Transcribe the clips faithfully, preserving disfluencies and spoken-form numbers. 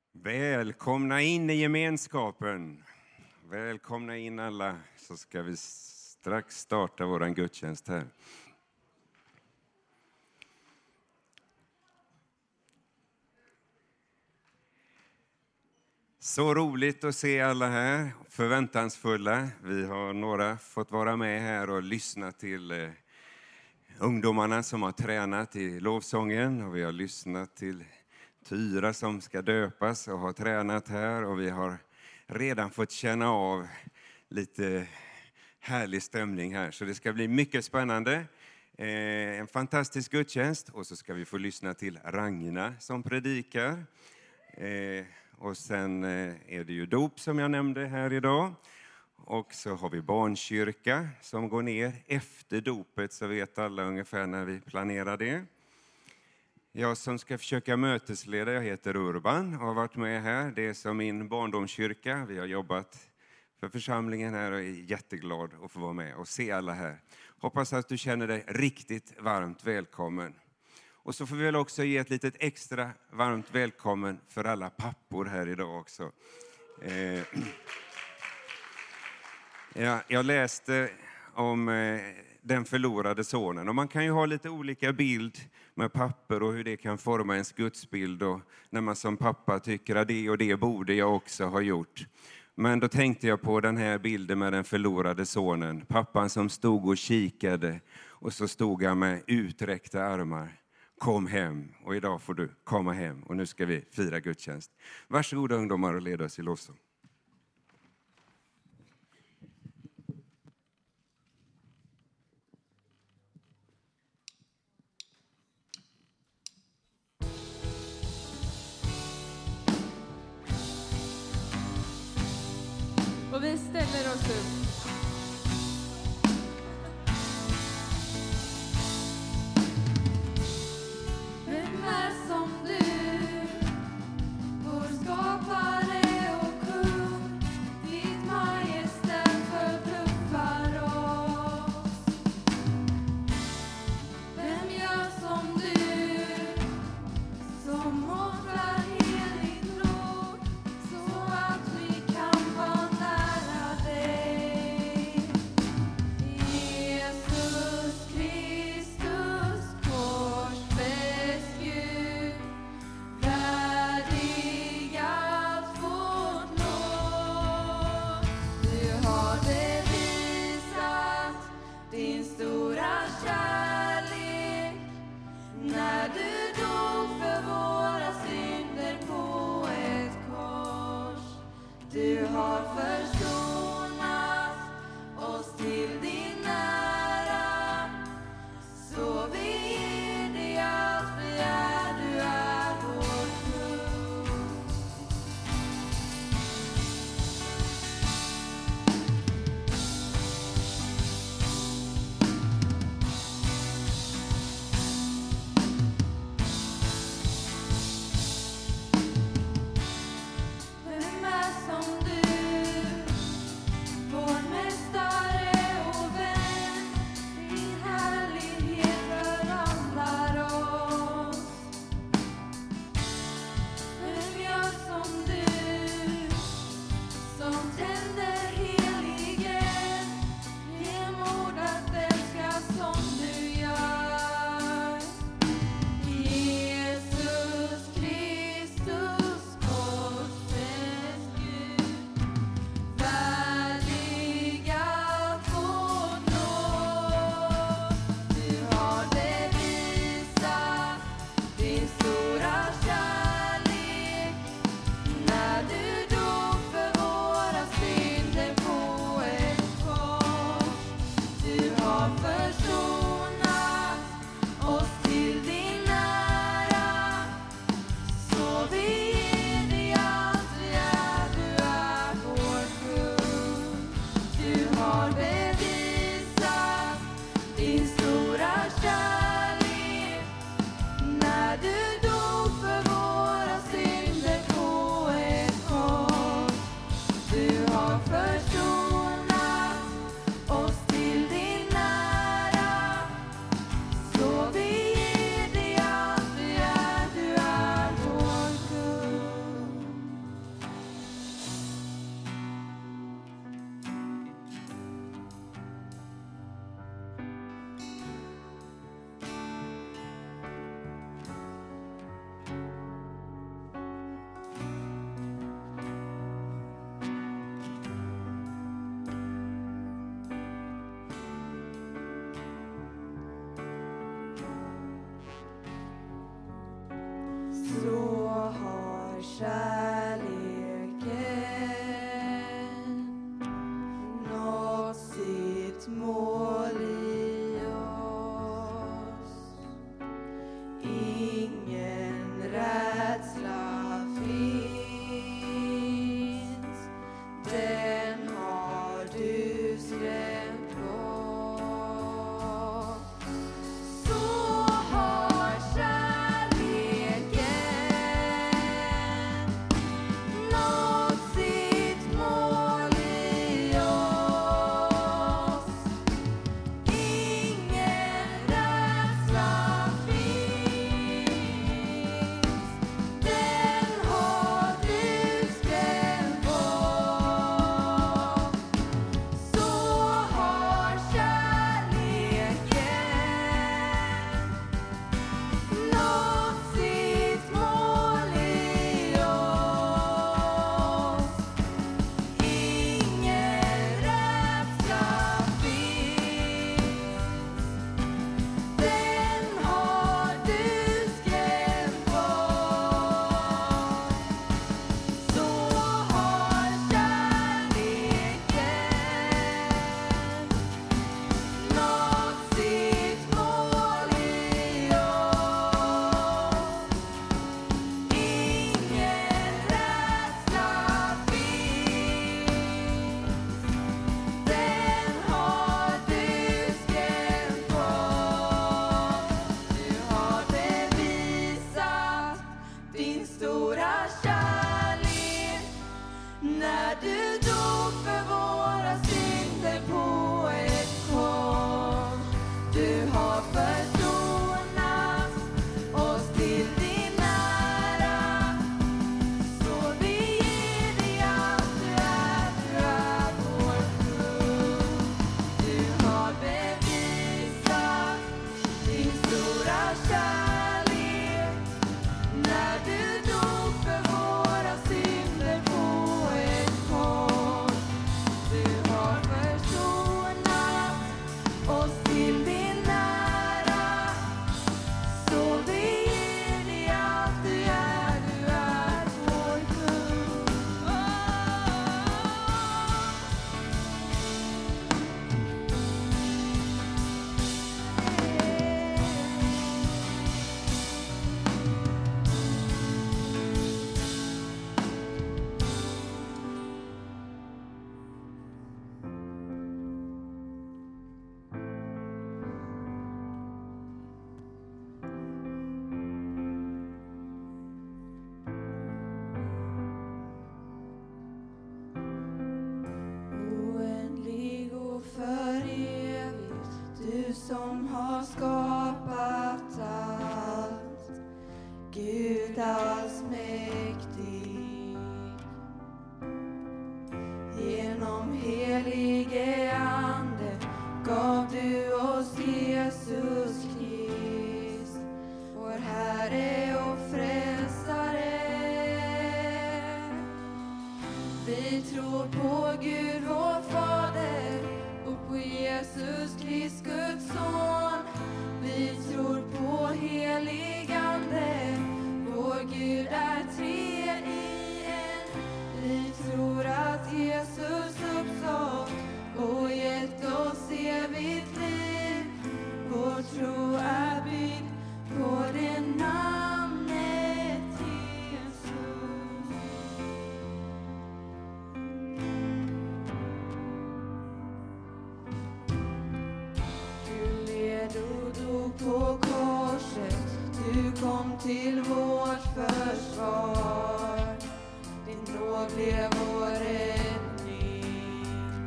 Välkomna in i gemenskapen. Välkomna in alla, så ska vi strax starta våran gudstjänst här. Så roligt att se alla här, förväntansfulla. Vi har några fått vara med här och lyssna till eh, ungdomarna som har tränat i lovsången. Och vi har lyssnat till Tyra som ska döpas och har tränat här. Och vi har redan fått känna av lite härlig stämning här. Så det ska bli mycket spännande. Eh, en fantastisk gudstjänst. Och så ska vi få lyssna till Ragna som predikar. Eh, och sen eh, är det ju dop som jag nämnde här idag. Och så har vi barnkyrka som går ner efter dopet, så vet alla ungefär när vi planerar det. Jag som ska försöka mötesleda, jag heter Urban och har varit med här. Det är som min barndomskyrka. Vi har jobbat för församlingen här och är jätteglad att få vara med och se alla här. Hoppas att du känner dig riktigt varmt välkommen. Och så får vi väl också ge ett litet extra varmt välkommen för alla pappor här idag också. Eh, ja, jag läste om eh, den förlorade sonen. Och man kan ju ha lite olika bild med papper och hur det kan forma ens gudsbild. Och när man som pappa tycker att det och det borde jag också ha gjort. Men då tänkte jag på den här bilden med den förlorade sonen. Pappan som stod och kikade och så stod han med uträckta armar. Kom hem, och idag får du komma hem och nu ska vi fira gudstjänst. Varsågoda ungdomar och leda oss i lovsång. Och vi ställer oss upp. Vem är som du, vår skapare och kung, ditt majestät förbluffar oss. Vem gör som du, som offrar heligt blod, så att vi kan vara nära dig. Jesus Kristus, korsfäst Gud, värdig allt vårt lov. Du har bevisat din stora kärlek när du dog för våra synder på ett kors. Du har försonat oss till din ära, så vi ger dig allt vi är, du är vår kung. Vem är som du, stora kärlek. När du dog för våra synder på ett kors. Du har försonat oss till din ära. Så vi ger dig allt du är, du är vår kung. Du har bevisat din stora kärlek. När du dog för våra synder på ett kors. Du har försonat oss till din ära. Så vi ger dig allt du är, du är vår kung. Oändlig och för evigt, du som har skapat allt. Gud allsmäktig. Genom helige Ande gav du oss Jesus Krist, vår Herre och frälsare. Vi tror på Gud vår Fader och på Jesus Krist Guds son. Vi tror på helig Ande, vår Gud är tre i en. Vi tror att Jesus uppstått och gett oss evigt liv. Vår tro är byggd på det namnet Jesus. Du led och dog på korset. Du kom till vårt försvar. Din nåd blev vår räddning.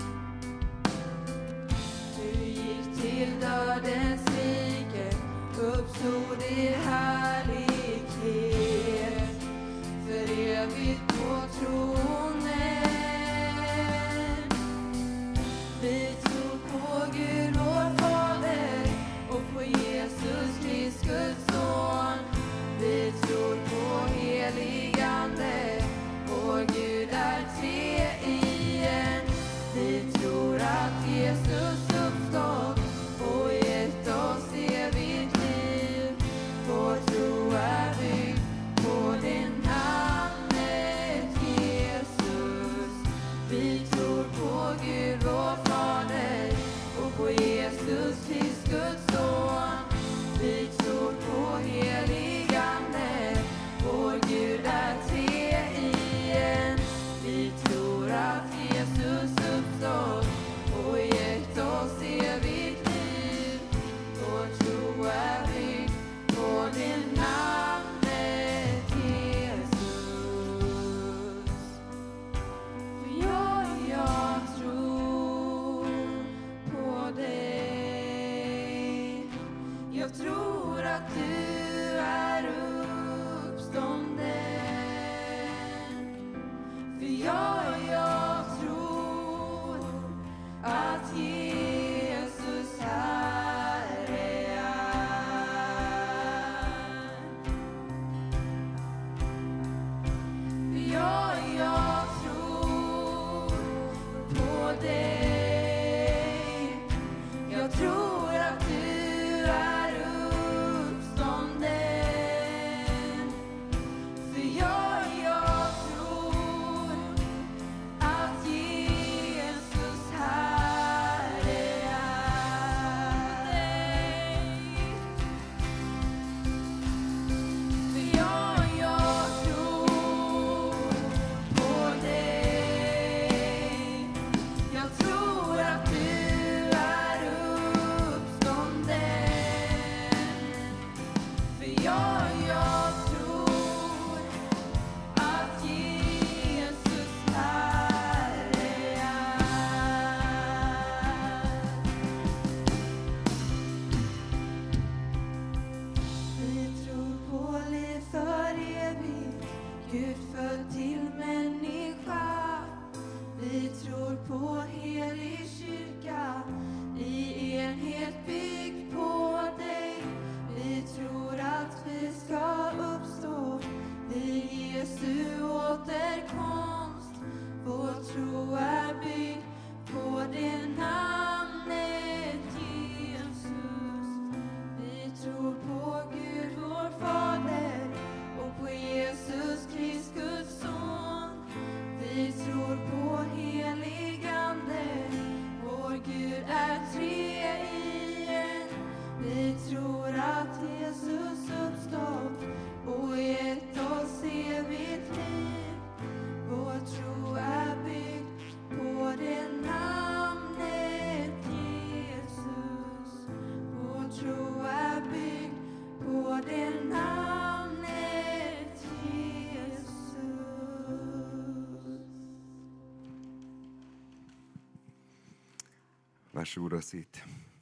Du gick till dödens rike, uppstod i härlighet, för evigt på tronen. Vi tror på Gud vår Fader och på Jesus Krist Guds son. Vi tror på helig Ande, vår Gud är tre i en. Vi tror att Jesus uppstått och gett oss evigt liv. Vår tro är byggd på det namnet Jesus. Vi tror på Gud vår Fader och på Jesus Krist Guds son. Vi tror på helig Ande, vår Gud är tre i en. Vi tror att Jesus uppstått och gett oss evigt liv. Vår tro är byggd på det namnet Jesus. För jag, jag tror på dig. Jag tror att du är uppstånden. För jag, jag tror att Jesus Herre är. För jag, jag tror på dig. Jag tror att du är uppstånden. För jag, jag tror född till människa. Vi tror på helig kyrka, i enhet byggd på dig. Vi tror att vi ska uppstå vid Jesu återkomst. Vår tro är byggd på det namnet Jesus. Vi tror på Gud vår Fader och på Jesus Kristus Guds son. Vi tror på helig ande, vår Gud är treenig. Vi tror att Jesus uppstått och gett oss evigt liv. Vår tro är byggd på det namnet Jesus. Vår tro är byggd på det namnet Jesus. Varsågod och sitt.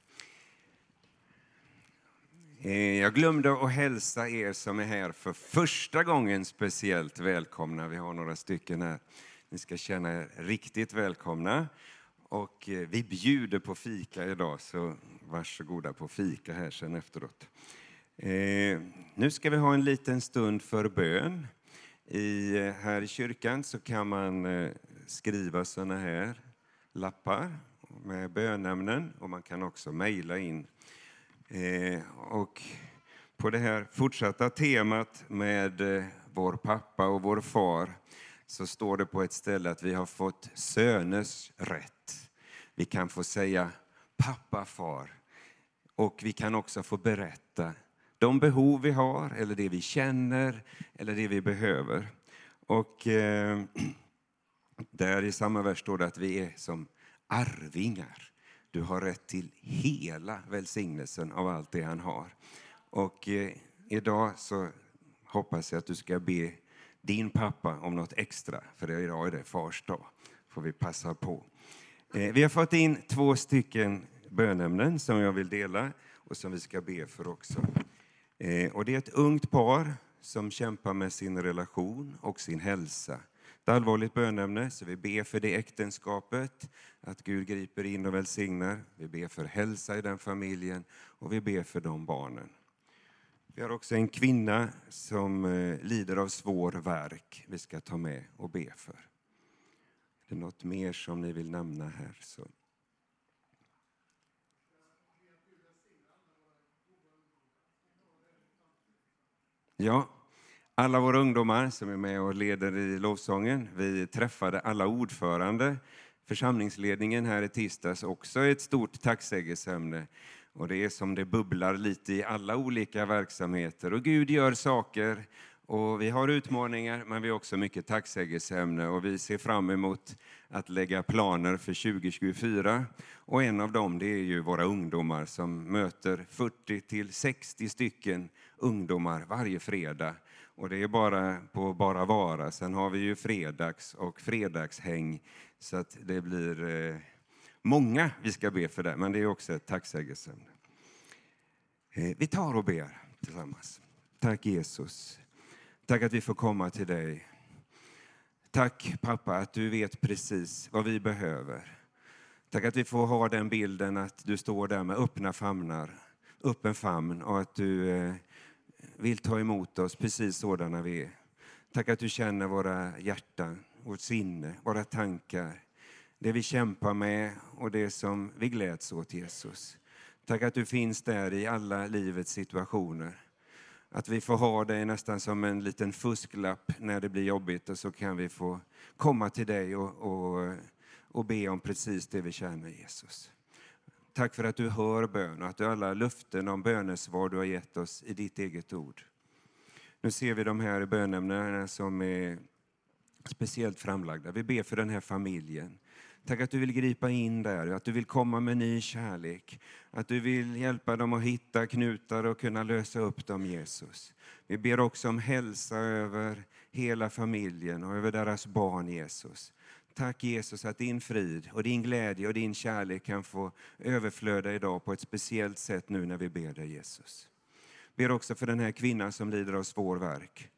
Jag glömde att hälsa er som är här för första gången speciellt välkomna. Vi har några stycken här. Ni ska känna er riktigt välkomna. Och vi bjuder på fika idag, så varsågoda på fika här sen efteråt. Eh, nu ska vi ha en liten stund för bön. I, här i kyrkan så kan man eh, skriva såna här lappar med bönämnen, och man kan också mejla in. Eh, och på det här fortsatta temat med eh, vår pappa och vår far så står det på ett ställe att vi har fått söners rätt. Vi kan få säga pappa, far, och vi kan också få berätta de behov vi har, eller det vi känner, eller det vi behöver. Och eh, där i samma vers står det att vi är som arvingar. Du har rätt till hela välsignelsen av allt det han har. Och eh, idag så hoppas jag att du ska be din pappa om något extra. För idag är det fars dag. Får vi passa på. Eh, vi har fått in två stycken bönämnen som jag vill dela. Och som vi ska be för också. Eh, och det är ett ungt par som kämpar med sin relation och sin hälsa. Ett allvarligt bönämne, så vi ber för det äktenskapet, att Gud griper in och välsignar. Vi ber för hälsa i den familjen och vi ber för de barnen. Vi har också en kvinna som lider av svår värk vi ska ta med och be för. Är det något mer som ni vill nämna här? Så. Ja. Alla våra ungdomar som är med och leder i lovsången, vi träffade alla ordförande. Församlingsledningen här i tisdags också ett stort tacksägelseämne. Och det är som det bubblar lite i alla olika verksamheter. Och Gud gör saker och vi har utmaningar, men vi har också mycket tacksägelseämne. Och vi ser fram emot att lägga planer för tjugo tjugofyra. Och en av dem det är ju våra ungdomar som möter fyrtio till sextio stycken ungdomar varje fredag. Och det är bara på Bara Vara. Sen har vi ju fredags och fredagshäng. Så att det blir eh, många vi ska be för det. Men det är också ett tacksägelseämne. Eh, vi tar och ber tillsammans. Tack Jesus. Tack att vi får komma till dig. Tack pappa att du vet precis vad vi behöver. Tack att vi får ha den bilden att du står där med öppna famnar. Öppen famn och att du... Eh, vill ta emot oss precis sådana vi är. Tack att du känner våra hjärtan, vårt sinne, våra tankar. Det vi kämpar med och det som vi gläds åt Jesus. Tack att du finns där i alla livets situationer. Att vi får ha dig nästan som en liten fusklapp när det blir jobbigt. Och så kan vi få komma till dig och, och, och be om precis det vi känner Jesus. Tack för att du hör bön och att du har alla löften om bönesvar du har gett oss i ditt eget ord. Nu ser vi de här bönämnena som är speciellt framlagda. Vi ber för den här familjen. Tack att du vill gripa in där, att du vill komma med ny kärlek. Att du vill hjälpa dem att hitta knutar och kunna lösa upp dem, Jesus. Vi ber också om hälsa över hela familjen och över deras barn, Jesus. Tack Jesus att din frid och din glädje och din kärlek kan få överflöda idag på ett speciellt sätt nu när vi ber dig, Jesus. Ber också för den här kvinnan som lider av svår värk.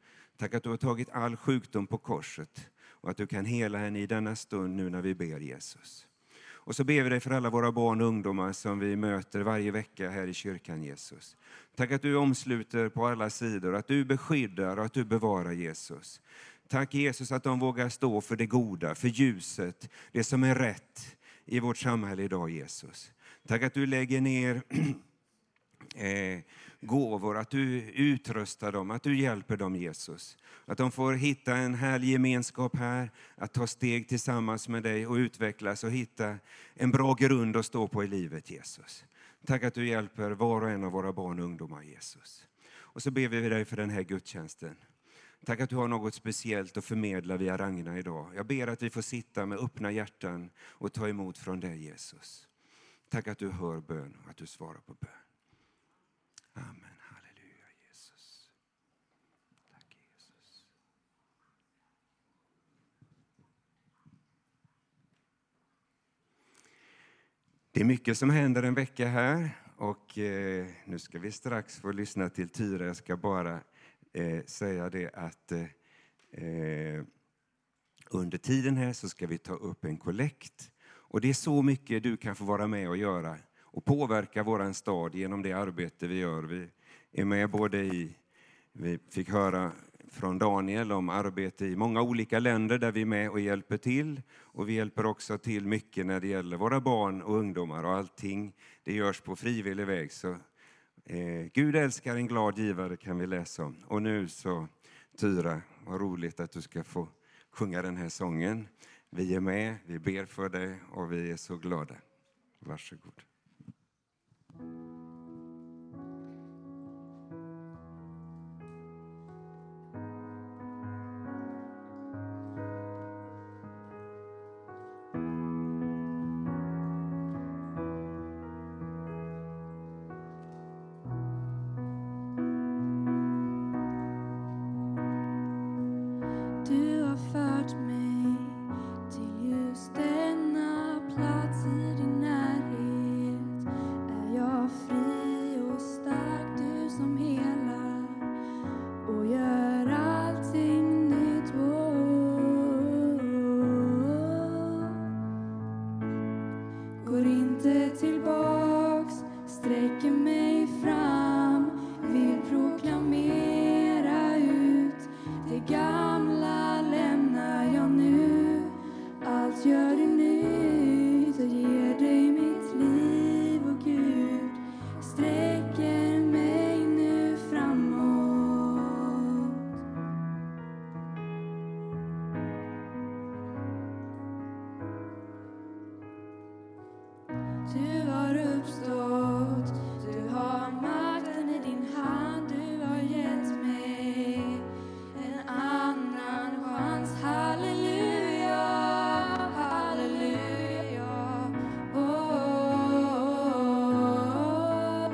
Tack att du har tagit all sjukdom på korset och att du kan hela henne i denna stund nu när vi ber, Jesus. Och så ber vi dig för alla våra barn och ungdomar som vi möter varje vecka här i kyrkan, Jesus. Tack att du omsluter på alla sidor, att du beskyddar och att du bevarar, Jesus. Tack Jesus att de vågar stå för det goda, för ljuset, det som är rätt i vårt samhälle idag, Jesus. Tack att du lägger ner eh, gåvor, att du utrustar dem, att du hjälper dem, Jesus. Att de får hitta en härlig gemenskap här, att ta steg tillsammans med dig och utvecklas och hitta en bra grund att stå på i livet, Jesus. Tack att du hjälper var och en av våra barn och ungdomar, Jesus. Och så ber vi dig för den här gudstjänsten. Tack att du har något speciellt att förmedla via Ragnar idag. Jag ber att vi får sitta med öppna hjärtan och ta emot från dig, Jesus. Tack att du hör bön och att du svarar på bön. Amen. Halleluja, Jesus. Tack, Jesus. Det är mycket som händer en vecka här. Och eh, nu ska vi strax få lyssna till Tyra. Jag ska bara eh, säga det att eh, under tiden här så ska vi ta upp en kollekt. Och det är så mycket du kan få vara med och göra. Och påverka våran stad genom det arbete vi gör. Vi är med både i, vi fick höra från Daniel om arbete i många olika länder där vi är med och hjälper till. Och vi hjälper också till mycket när det gäller våra barn och ungdomar. Och allting det görs på frivillig väg. Så eh, Gud älskar en glad givare kan vi läsa om. Och nu så Tyra, vad roligt att du ska få sjunga den här sången. Vi är med, vi ber för dig och vi är så glada. Varsågod. Du har fört mig till just denna plats i din närhet. Är jag fri och stark, du som helar och gör allting nytt. Går inte tillbaks, sträcker mig fram, vill proklamera ut det gamla lämnar jag nu. Allt gör du nytt och ger dig mitt liv och Gud sträcker mig nu framåt. Du har uppstått, du har makten i din hand, du har gett mig en annan chans. Halleluja, halleluja. Oh.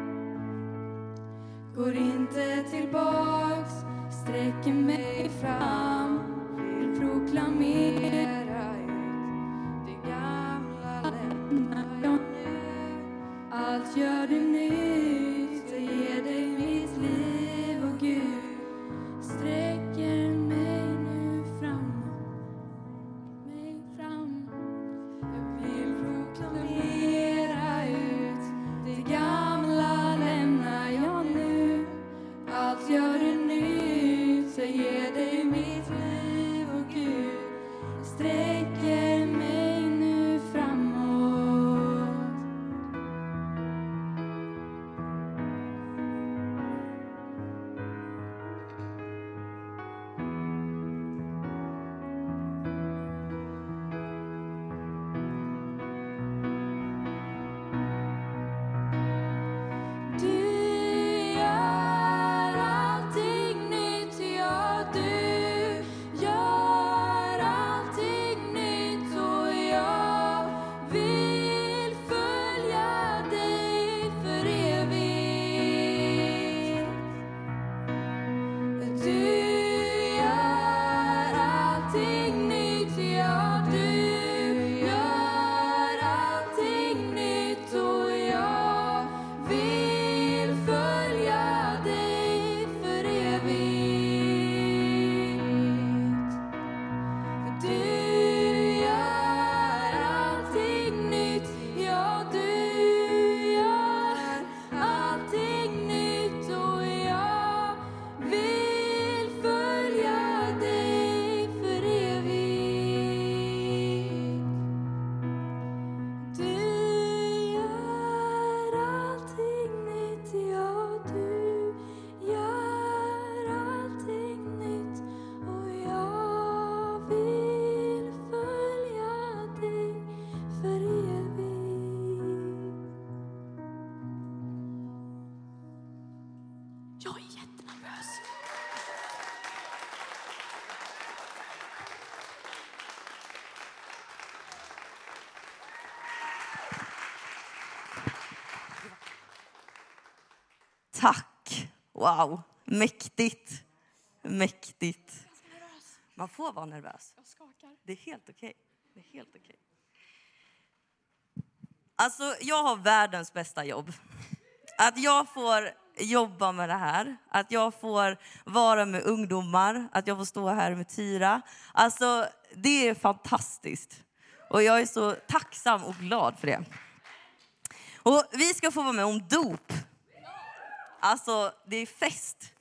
Går inte tillbaks, sträcker mig fram, vill proklamera ut det gamla lämnar jag nu. Allt gör du nytt och ger dig mitt liv och Gud sträcker mig nu framåt, mig fram. Jag vill proklamera ut det gamla lämnar jag nu. Allt gör du nytt och ger dig mitt liv och Gud Tack. Wow, mäktigt. Mäktigt. Man får vara nervös. Jag skakar. Det är helt okej. Det är helt okej. Alltså, jag har världens bästa jobb. Att jag får jobba med det här. Att jag får vara med ungdomar. Att jag får stå här med Tyra. Alltså, det är fantastiskt. Och jag är så tacksam och glad för det. Och vi ska få vara med om dop. Alltså, det är fest.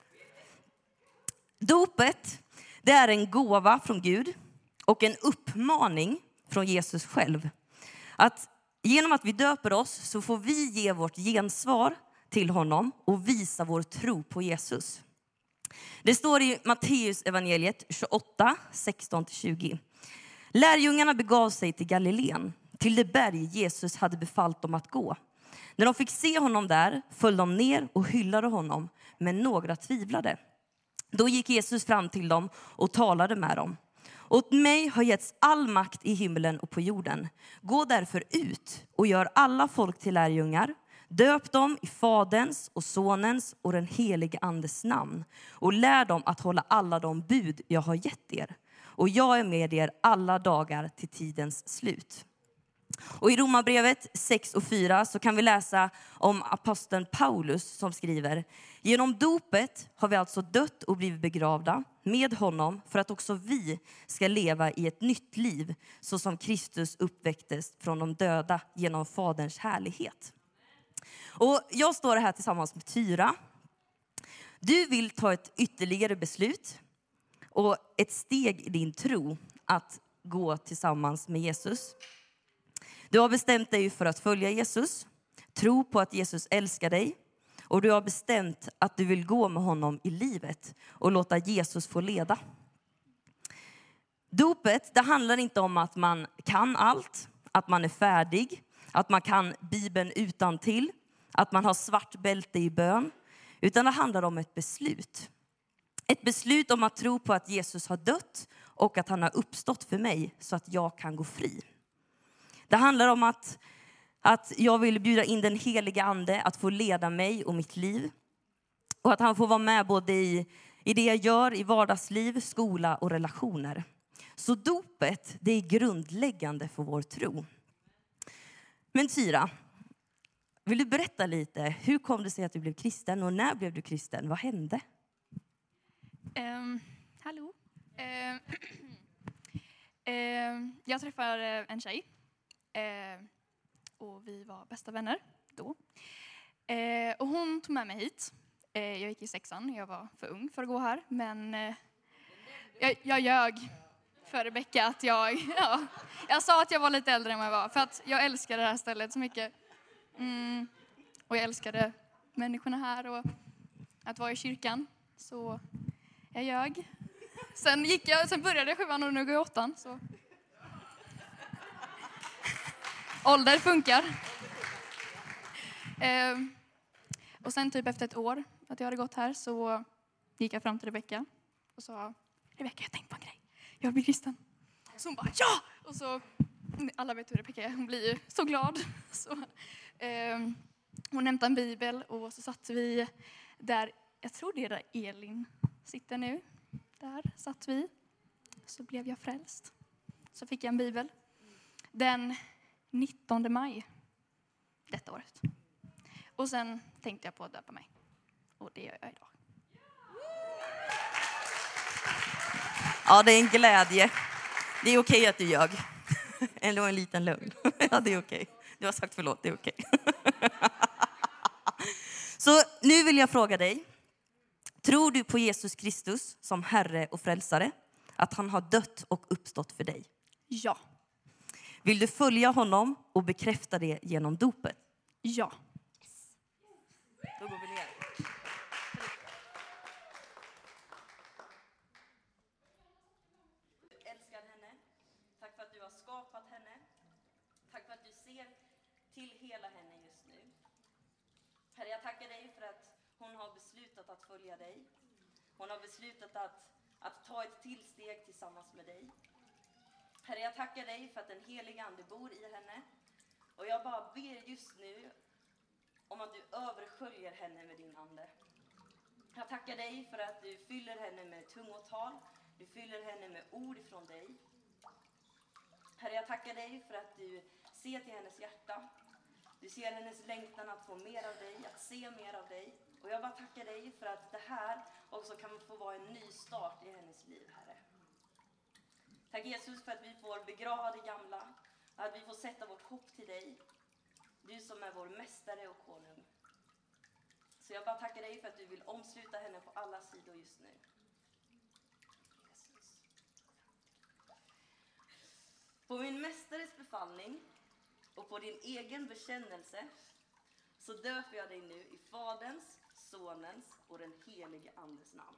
Dopet, det är en gåva från Gud och en uppmaning från Jesus själv. Att genom att vi döper oss så får vi ge vårt gensvar till honom och visa vår tro på Jesus. Det står i Matteus evangeliet tjugoåtta, sexton till tjugo. Lärjungarna begav sig till Galileen, till det berg Jesus hade befallt dem att gå. När de fick se honom där föll de ner och hyllade honom, men några tvivlade. Då gick Jesus fram till dem och talade med dem. Åt mig har getts all makt i himlen och på jorden. Gå därför ut och gör alla folk till lärjungar. Döp dem i Faderns och Sonens och den helige Andes namn. Och lär dem att hålla alla de bud jag har gett er. Och jag är med er alla dagar till tidens slut. Och i Romarbrevet sex och fyra så kan vi läsa om aposteln Paulus som skriver: genom dopet har vi alltså dött och blivit begravda med honom för att också vi ska leva i ett nytt liv så som Kristus uppväcktes från de döda genom Faderns härlighet. Och jag står här tillsammans med Tyra. Du vill ta ett ytterligare beslut och ett steg i din tro att gå tillsammans med Jesus. Du har bestämt dig för att följa Jesus, tro på att Jesus älskar dig och du har bestämt att du vill gå med honom i livet och låta Jesus få leda. Dopet, det handlar inte om att man kan allt, att man är färdig, att man kan Bibeln utantill, att man har svart bälte i bön, utan det handlar om ett beslut. Ett beslut om att tro på att Jesus har dött och att han har uppstått för mig så att jag kan gå fri. Det handlar om att, att jag vill bjuda in den heliga ande att få leda mig och mitt liv. Och att han får vara med både i, i det jag gör i vardagsliv, skola och relationer. Så dopet, det är grundläggande för vår tro. Men Tyra, vill du berätta lite? Hur kom det sig att du blev kristen och när blev du kristen? Vad hände? Um, hallå. Uh, uh, jag träffade en tjej. Uh, och vi var bästa vänner då. Uh, och hon tog med mig hit. Uh, jag gick i sexan. Jag var för ung för att gå här. Men uh, jag, jag ljög för Rebecka att jag... Ja, jag sa att jag var lite äldre än vad jag var. För att jag älskade det här stället så mycket. Mm, och jag älskade människorna här och att vara i kyrkan. Så jag ljög. Sen gick jag, sen började jag sjuan och nu går jag åttan. Så. Ålder funkar. Eh, och sen typ efter ett år att jag hade gått här så gick jag fram till Rebecka och sa: Rebecka, jag har tänkt på en grej. Jag blir kristen. Så hon bara, ja! Och så, alla vet hur Rebecka är, hon blir ju så glad. Så, eh, hon hämtade en bibel och så satt vi där, jag tror det är där Elin sitter nu. Där satt vi. Så blev jag frälst. Så fick jag en bibel. Den nittonde maj detta året. Och sen tänkte jag på att döpa mig. Och det gör jag idag. Ja, det är en glädje. Det är okej att du ljög. Eller en liten lögn. Ja, det är okej. Du har sagt förlåt, det är okej. Så nu vill jag fråga dig. Tror du på Jesus Kristus som Herre och frälsare? Att han har dött och uppstått för dig? Ja. Vill du följa honom och bekräfta det genom dopet? Ja. Yes. Då går vi ner. Du älskar henne. Tack för att du har skapat henne. Tack för att du ser till hela henne just nu. Herre, jag tackar dig för att hon har beslutat att följa dig. Hon har beslutat att, att ta ett tillsteg tillsammans med dig. Herre, jag tackar dig för att den heliga ande bor i henne. Och jag bara ber just nu om att du översköljer henne med din ande. Jag tackar dig för att du fyller henne med tungotal. Du fyller henne med ord ifrån dig. Herre, jag tackar dig för att du ser till hennes hjärta. Du ser hennes längtan att få mer av dig, att se mer av dig. Och jag bara tackar dig för att det här också kan få vara en ny start i hennes liv, Herre. Tack Jesus för att vi får begrava det gamla. Att vi får sätta vårt hopp till dig. Du som är vår mästare och konung. Så jag bara tackar dig för att du vill omsluta henne på alla sidor just nu. Jesus. På min mästares befallning och på din egen bekännelse så döper jag dig nu i Faderns, Sonens och den helige Andes namn.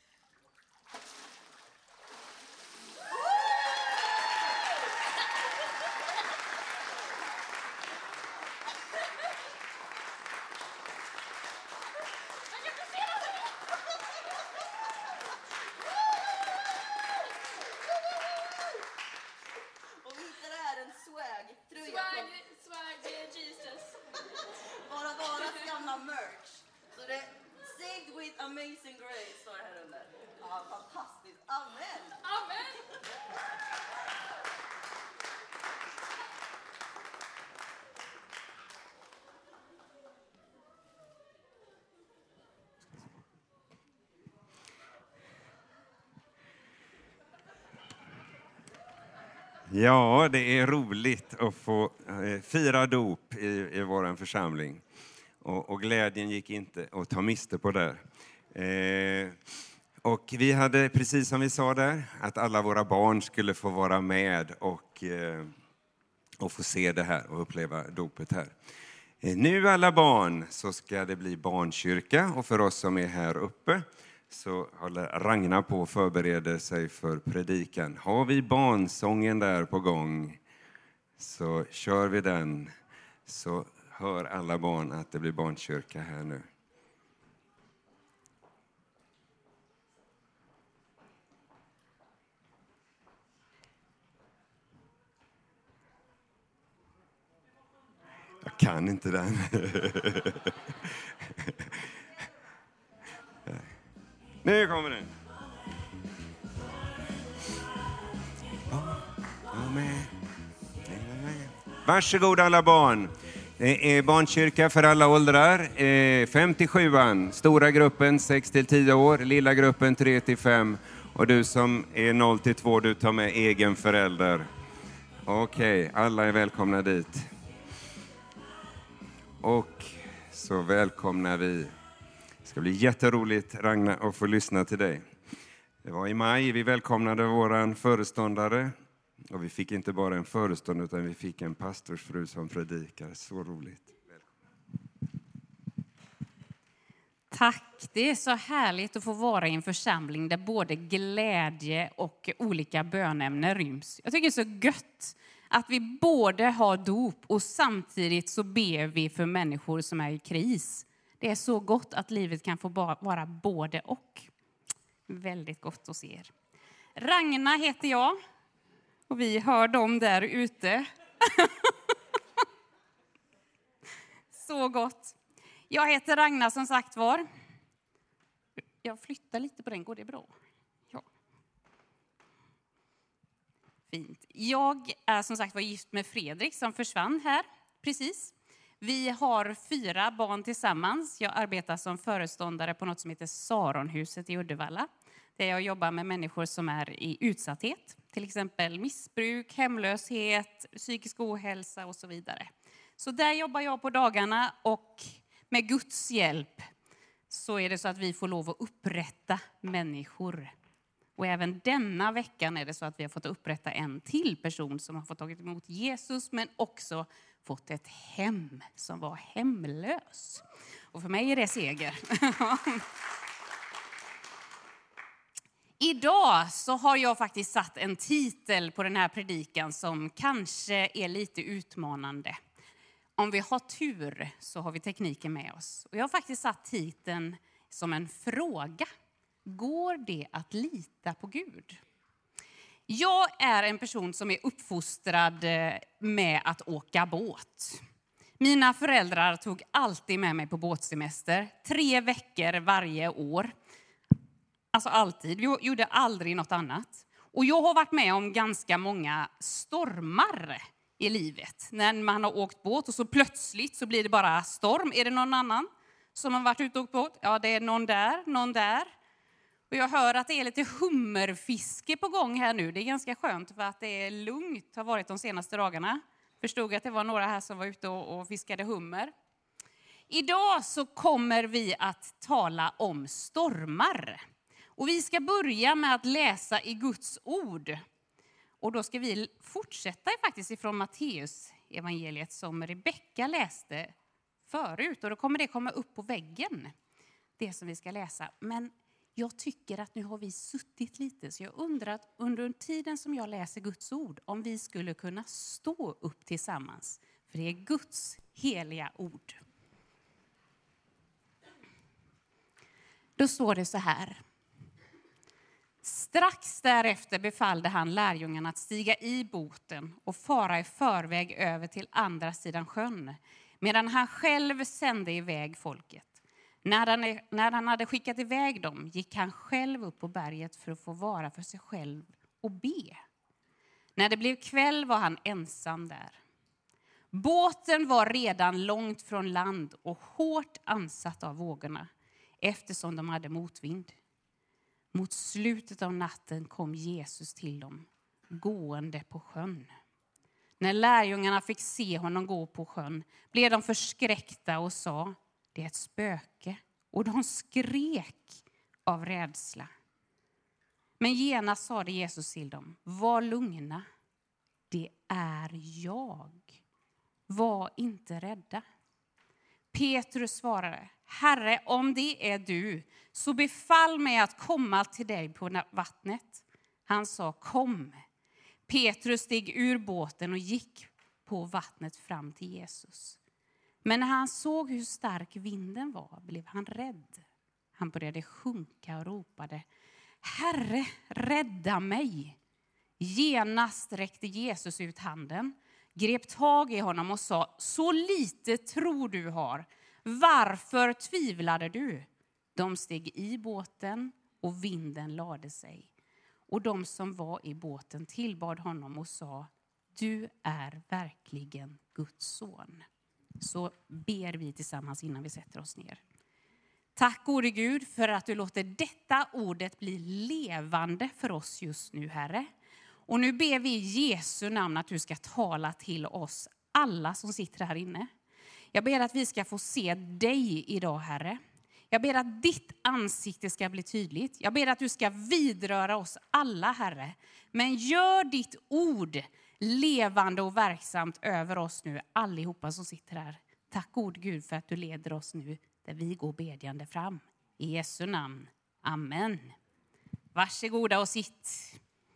Amazing Grace står det här under. Ja, fantastiskt. Amen. Amen. Ja, det är roligt att få eh, fira dop i, i vår församling. Och, och glädjen gick inte att ta miste på där. Eh, och vi hade, precis som vi sa där, att alla våra barn skulle få vara med och, eh, och få se det här och uppleva dopet här. Eh, nu alla barn så ska det bli barnkyrka, och för oss som är här uppe så håller Ragnar på att förbereda sig för predikan. Har vi barnsången där på gång så kör vi den, så hör alla barn att det blir barnkyrka här nu. Jag kan inte den. Nu kommer den. Varsågod alla barn. Det är barnkyrka för alla åldrar. fem till sjuan, stora gruppen sex till tio år, lilla gruppen tre till fem. Och du som är noll till två, du tar med egen förälder. Okej, okay, alla är välkomna dit. Och så välkomnar vi. Det ska bli jätteroligt, Ragnar, att få lyssna till dig. Det var i maj vi välkomnade våran föreståndare. Och vi fick inte bara en föreståndare utan vi fick en pastorsfru som predikar. Så roligt. Tack, det är så härligt att få vara i en församling där både glädje och olika bönämnen ryms. Jag tycker det är så gött att vi både har dop och samtidigt så ber vi för människor som är i kris. Det är så gott att livet kan få vara både och. Väldigt gott att se er. Ragnar heter jag. Och vi hör dem där ute. Så gott. Jag heter Ragnar som sagt var. Jag flyttar lite på den, går det bra? Ja. Fint. Jag är som sagt var gift med Fredrik som försvann här precis. Vi har fyra barn tillsammans. Jag arbetar som föreståndare på något som heter Saronhuset i Uddevalla. Där jag jobbar med människor som är i utsatthet. Till exempel missbruk, hemlöshet, psykisk ohälsa och så vidare. Så där jobbar jag på dagarna, och med Guds hjälp så är det så att vi får lov att upprätta människor. Och även denna veckan är det så att vi har fått upprätta en till person som har fått tagit emot Jesus, men också fått ett hem som var hemlös. Och för mig är det seger. Idag så har jag faktiskt satt en titel på den här predikan som kanske är lite utmanande. Om vi har tur så har vi tekniken med oss. Och jag har faktiskt satt titeln som en fråga. Går det att lita på Gud? Jag är en person som är uppfostrad med att åka båt. Mina föräldrar tog alltid med mig på båtsemester. Tre veckor varje år. Alltså alltid. Vi gjorde aldrig något annat. Och jag har varit med om ganska många stormar i livet. När man har åkt båt och så plötsligt så blir det bara storm. Är det någon annan som har varit ute och åkt båt? Ja, det är någon där, någon där. Och jag hör att det är lite hummerfiske på gång här nu. Det är ganska skönt för att det är lugnt, har varit de senaste dagarna. Förstod att det var några här som var ute och, och fiskade hummer. Idag så kommer vi att tala om stormar. Och vi ska börja med att läsa i Guds ord. Och då ska vi fortsätta faktiskt ifrån Matteus evangeliet som Rebecka läste förut. Och då kommer det komma upp på väggen, det som vi ska läsa. Men jag tycker att nu har vi suttit lite, så jag undrar att under tiden som jag läser Guds ord, om vi skulle kunna stå upp tillsammans. För det är Guds heliga ord. Då står det så här. Strax därefter befallde han lärjungarna att stiga i båten och fara i förväg över till andra sidan sjön, medan han själv sände iväg folket. När han, när han hade skickat iväg dem gick han själv upp på berget för att få vara för sig själv och be. När det blev kväll var han ensam där. Båten var redan långt från land och hårt ansatt av vågorna, eftersom de hade motvind. Mot slutet av natten kom Jesus till dem, gående på sjön. När lärjungarna fick se honom gå på sjön blev de förskräckta och sa: det är ett spöke. Och de skrek av rädsla. Men genast sade Jesus till dem: var lugna, det är jag. Var inte rädda. Petrus svarade: Herre, om det är du, så befall mig att komma till dig på vattnet. Han sa: kom. Petrus steg ur båten och gick på vattnet fram till Jesus. Men när han såg hur stark vinden var blev han rädd. Han började sjunka och ropade: Herre, rädda mig. Genast räckte Jesus ut handen, grep tag i honom och sa: så lite tror du har. Varför tvivlade du? De steg i båten och vinden lade sig. Och de som var i båten tillbad honom och sa: du är verkligen Guds son. Så ber vi tillsammans innan vi sätter oss ner. Tack gode Gud för att du låter detta ordet bli levande för oss just nu, Herre. Och nu ber vi i Jesu namn att du ska tala till oss alla som sitter här inne. Jag ber att vi ska få se dig idag, Herre. Jag ber att ditt ansikte ska bli tydligt. Jag ber att du ska vidröra oss alla, Herre. Men gör ditt ord levande och verksamt över oss nu, allihopa som sitter här. Tack gode Gud för att du leder oss nu där vi går bedjande fram. I Jesu namn. Amen. Varsågoda och sitt.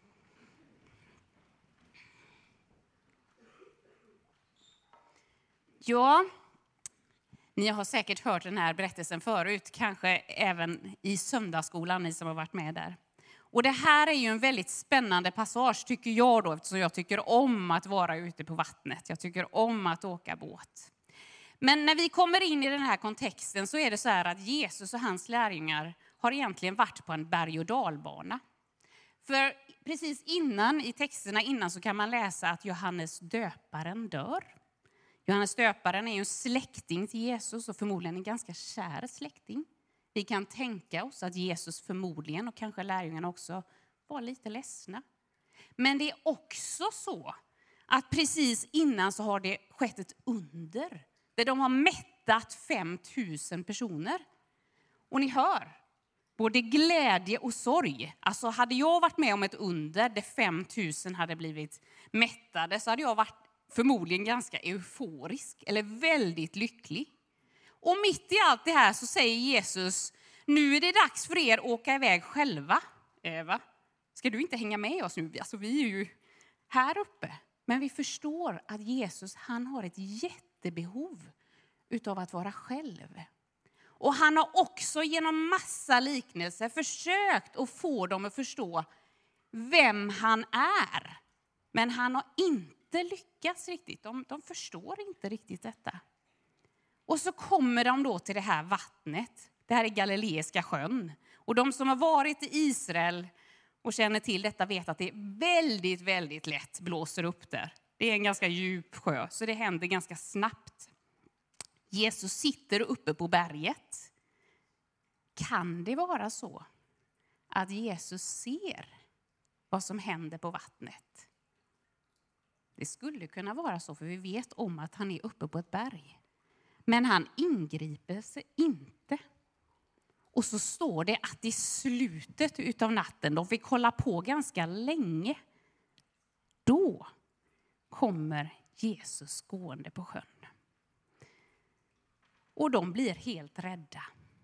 Ja, ni har säkert hört den här berättelsen förut. Kanske även i söndagsskolan, ni som har varit med där. Och det här är ju en väldigt spännande passage tycker jag då. Eftersom jag tycker om att vara ute på vattnet. Jag tycker om att åka båt. Men när vi kommer in i den här kontexten så är det så här att Jesus och hans lärjungar har egentligen varit på en berg- och dalbana. För precis innan, i texterna innan, så kan man läsa att Johannes döparen dör. Johannes döparen är ju en släkting till Jesus och förmodligen en ganska kär släkting. Vi kan tänka oss att Jesus förmodligen och kanske lärjungarna också var lite ledsna. Men det är också så att precis innan så har det skett ett under. Där de har mättat fem tusen personer. Och ni hör, både glädje och sorg. Alltså hade jag varit med om ett under där fem tusen hade blivit mättade så hade jag varit förmodligen ganska euforisk eller väldigt lycklig. Och mitt i allt det här så säger Jesus: nu är det dags för er att åka iväg själva. Eva, ska du inte hänga med oss nu? Alltså vi är ju här uppe. Men vi förstår att Jesus, han har ett jättebehov utav att vara själv. Och han har också genom massa liknelser försökt att få dem att förstå vem han är. Men han har inte lyckats riktigt. De, de förstår inte riktigt detta. Och så kommer de då till det här vattnet. Det här är Galileiska sjön. Och de som har varit i Israel och känner till detta vet att det är väldigt, väldigt lätt blåser upp där. Det är en ganska djup sjö, så det händer ganska snabbt. Jesus sitter uppe på berget. Kan det vara så att Jesus ser vad som händer på vattnet? Det skulle kunna vara så, för vi vet om att han är uppe på ett berg. Men han ingriper sig inte. Och så står det att i slutet av natten, de fick hålla på ganska länge, då kommer Jesus gående på sjön. Och de blir helt rädda.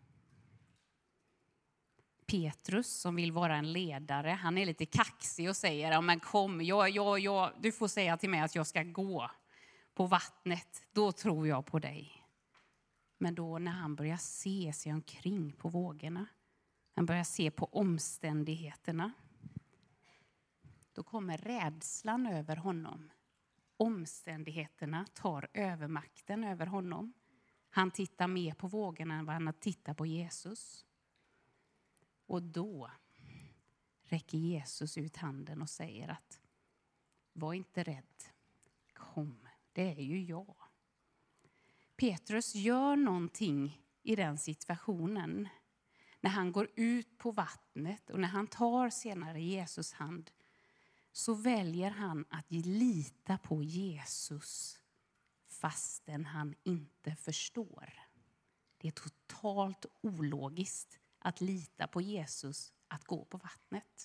Petrus, som vill vara en ledare, han är lite kaxig och säger, ja men kom, jag, jag, jag, du får säga till mig att jag ska gå på vattnet, då tror jag på dig. Men då när han börjar se sig omkring på vågorna, han börjar se på omständigheterna, då kommer rädslan över honom. Omständigheterna tar övermakten över honom. Han tittar mer på vågorna än vad han tittar på Jesus. Och då räcker Jesus ut handen och säger att var inte rädd, kom, det är ju jag. Petrus gör någonting i den situationen. När han går ut på vattnet och när han tar senare Jesus hand, så väljer han att lita på Jesus fastän han inte förstår. Det är totalt ologiskt att lita på Jesus att gå på vattnet.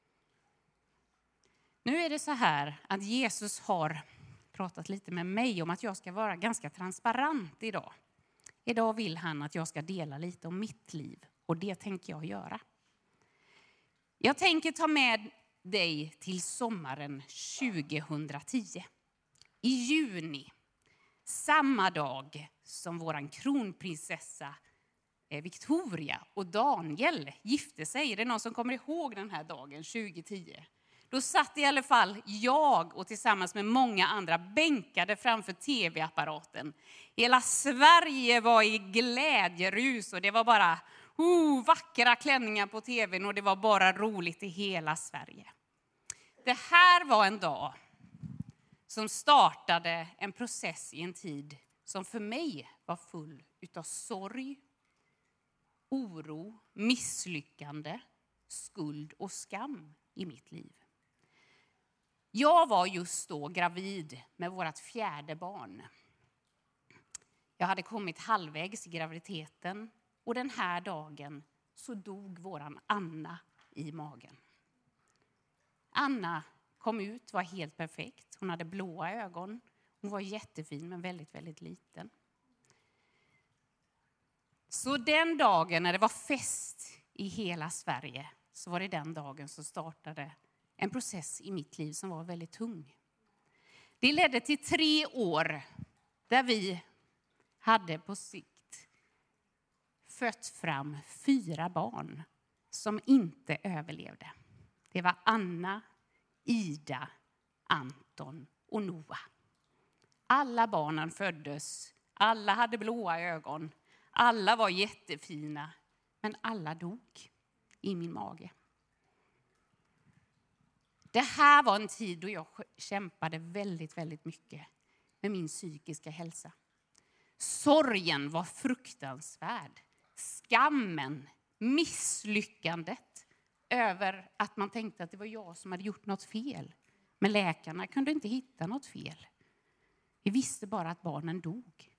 Nu är det så här att Jesus har pratat lite med mig om att jag ska vara ganska transparent idag. Idag vill han att jag ska dela lite om mitt liv, och det tänker jag göra. Jag tänker ta med dig till sommaren tjugohundratio. I juni, samma dag som våran kronprinsessa Victoria och Daniel gifte sig. Är det någon som kommer ihåg den här dagen, tjugohundratio? Då satt i alla fall jag och tillsammans med många andra bänkade framför tv-apparaten. Hela Sverige var i glädjerus och det var bara oh, vackra klänningar på tvn och det var bara roligt i hela Sverige. Det här var en dag som startade en process i en tid som för mig var full utav sorg, oro, misslyckande, skuld och skam i mitt liv. Jag var just då gravid med vårt fjärde barn. Jag hade kommit halvvägs i graviditeten och den här dagen så dog våran Anna i magen. Anna kom ut, var helt perfekt. Hon hade blåa ögon. Hon var jättefin men väldigt, väldigt liten. Så den dagen när det var fest i hela Sverige så var det den dagen som startade en process i mitt liv som var väldigt tung. Det ledde till tre år där vi hade på sikt fött fram fyra barn som inte överlevde. Det var Anna, Ida, Anton och Noah. Alla barnen föddes, alla hade blåa ögon, alla var jättefina, men alla dog i min mage. Det här var en tid då jag kämpade väldigt, väldigt mycket med min psykiska hälsa. Sorgen var fruktansvärd. Skammen, misslyckandet över att man tänkte att det var jag som hade gjort något fel. Men läkarna kunde inte hitta något fel. Vi visste bara att barnen dog.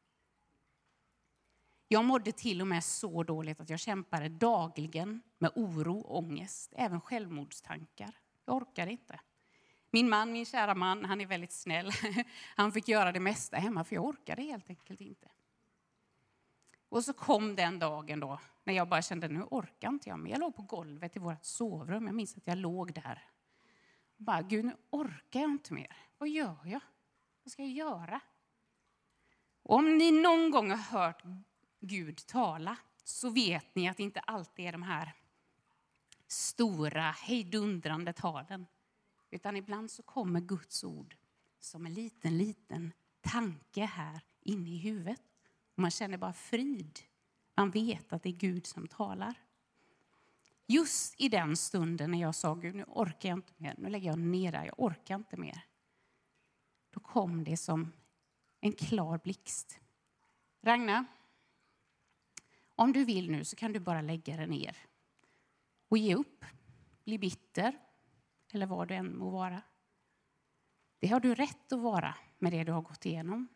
Jag mådde till och med så dåligt att jag kämpade dagligen med oro och ångest, även självmordstankar. Jag orkade inte. Min man, min kära man, han är väldigt snäll. Han fick göra det mesta hemma för jag orkade helt enkelt inte. Och så kom den dagen då när jag bara kände nu orkar inte jag. Men jag låg på golvet i vårt sovrum. Jag minns att jag låg där. Och bara, Gud, nu orkar jag inte mer. Vad gör jag? Vad ska jag göra? Och om ni någon gång har hört Gud tala så vet ni att det inte alltid är de här stora, hejdundrande talen. Utan ibland så kommer Guds ord som en liten, liten tanke här inne i huvudet. Man känner bara frid. Man vet att det är Gud som talar. Just i den stunden när jag sa, Gud, nu orkar jag inte mer. Nu lägger jag ner där, jag orkar inte mer. Då kom det som en klar blixt. Ragnar, om du vill nu så kan du bara lägga dig ner. Och ge upp, bli bitter. Eller vad det än må vara. Det har du rätt att vara med det du har gått igenom.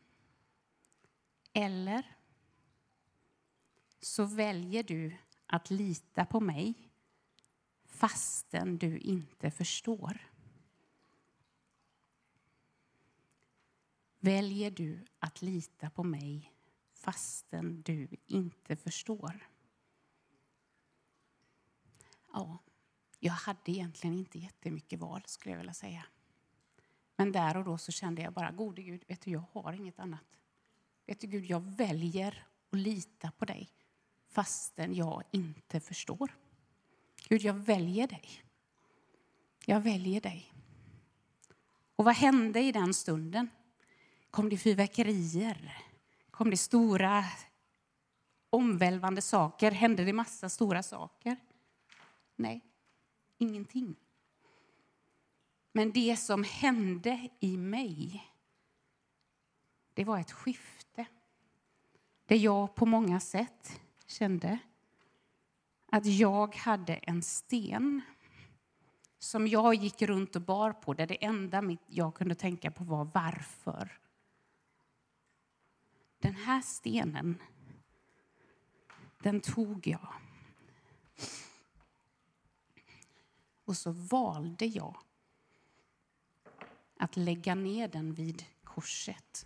Eller så väljer du att lita på mig fastän du inte förstår. Väljer du att lita på mig fastän du inte förstår? Ja, jag hade egentligen inte jättemycket val, skulle jag vilja säga. Men där och då så kände jag bara, gode Gud, vet du, jag har inget annat. Vet du Gud, jag väljer att lita på dig fastän jag inte förstår. Gud, jag väljer dig. Jag väljer dig. Och vad hände i den stunden? Kom det fyrverkerier? Kom det stora omvälvande saker? Hände det massa stora saker? Nej, ingenting. Men det som hände i mig, det var ett skifte. Där jag på många sätt kände att jag hade en sten som jag gick runt och bar på. Där det enda jag kunde tänka på var varför. Den här stenen, den tog jag. Och så valde jag att lägga ner den vid korset.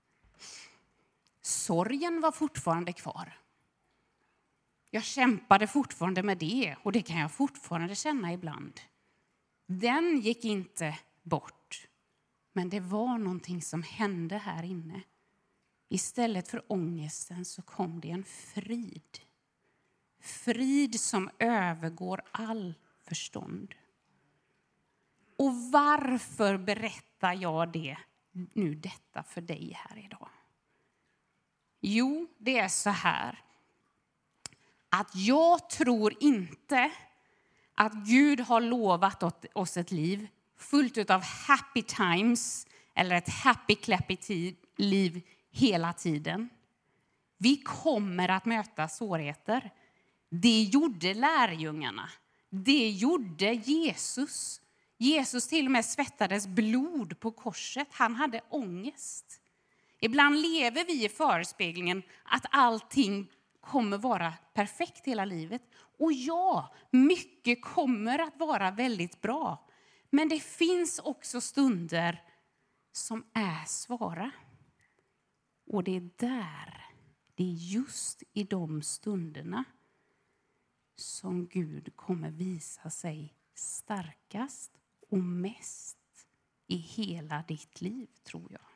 Sorgen var fortfarande kvar. Jag kämpade fortfarande med det, och det kan jag fortfarande känna ibland. Den gick inte bort, men det var någonting som hände här inne. Istället för ångesten så kom det en frid. Frid som övergår all förstånd. Och varför berättar jag det nu detta för dig här idag? Jo, det är så här. Att jag tror inte att Gud har lovat oss ett liv fullt av happy times eller ett happy clappy liv hela tiden. Vi kommer att möta svårigheter. Det gjorde lärjungarna. Det gjorde Jesus. Jesus till och med svettades blod på korset. Han hade ångest. Ibland lever vi i förespeglingen att allting kommer vara perfekt hela livet. Och ja, mycket kommer att vara väldigt bra. Men det finns också stunder som är svåra. Och det är där, det är just i de stunderna som Gud kommer visa sig starkast och mest i hela ditt liv, tror jag.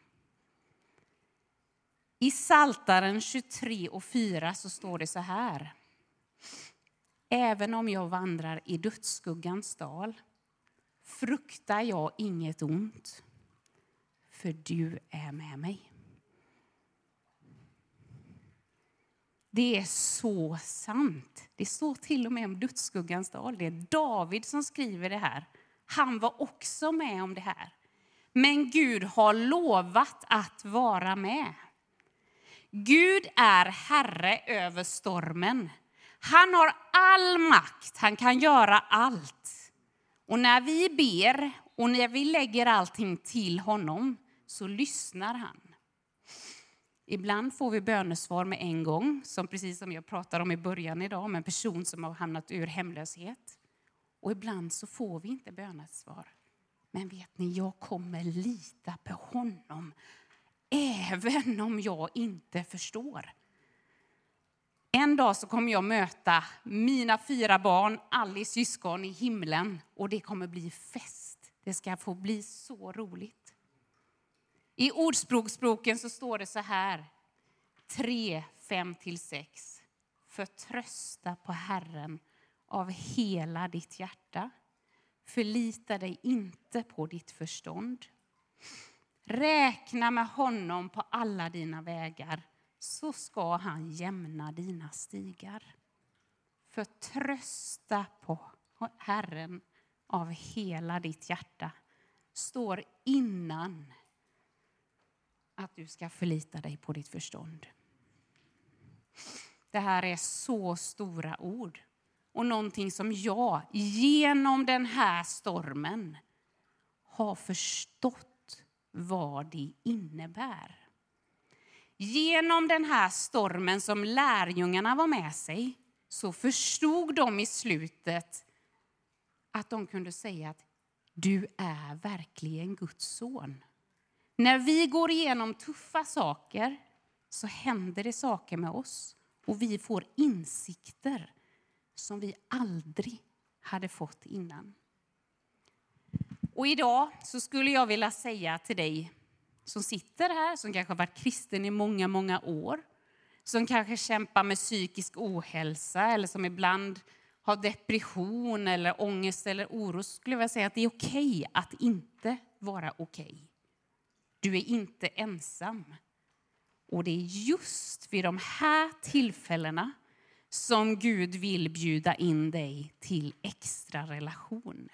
I Psaltaren tjugotre och fyra så står det så här. Även om jag vandrar i dödsskuggans dal fruktar jag inget ont, för du är med mig. Det är så sant. Det står till och med om dödsskuggans dal. Det är David som skriver det här. Han var också med om det här. Men Gud har lovat att vara med. Gud är herre över stormen. Han har all makt. Han kan göra allt. Och när vi ber och när vi lägger allting till honom så lyssnar han. Ibland får vi bönesvar med en gång, som precis som jag pratade om i början idag, om en person som har hamnat ur hemlöshet. Och ibland så får vi inte bönesvar. Men vet ni, jag kommer lita på honom, även om jag inte förstår. En dag så kommer jag möta mina fyra barn, Alice syskon i himlen. Och det kommer bli fest. Det ska få bli så roligt. I ordspråksboken så står det så här. tre, fem till sex. Förtrösta på Herren av hela ditt hjärta. Förlita dig inte på ditt förstånd. Räkna med honom på alla dina vägar. så ska han jämna dina stigar. Förtrösta på Herren av hela ditt hjärta. Står innan att du ska förlita dig på ditt förstånd. Det här är så stora ord. Och någonting som jag genom den här stormen har förstått vad det innebär. Genom den här stormen som lärjungarna var med sig så förstod de i slutet att de kunde säga att du är verkligen Guds son. När vi går igenom tuffa saker så händer det saker med oss. Och vi får insikter som vi aldrig hade fått innan. Och idag så skulle jag vilja säga till dig som sitter här, som kanske har varit kristen i många, många år. Som kanske kämpar med psykisk ohälsa eller som ibland har depression eller ångest eller oro. Skulle jag vilja säga att det är okej att inte vara okej. Du är inte ensam. Och det är just vid de här tillfällena som Gud vill bjuda in dig till extra relation.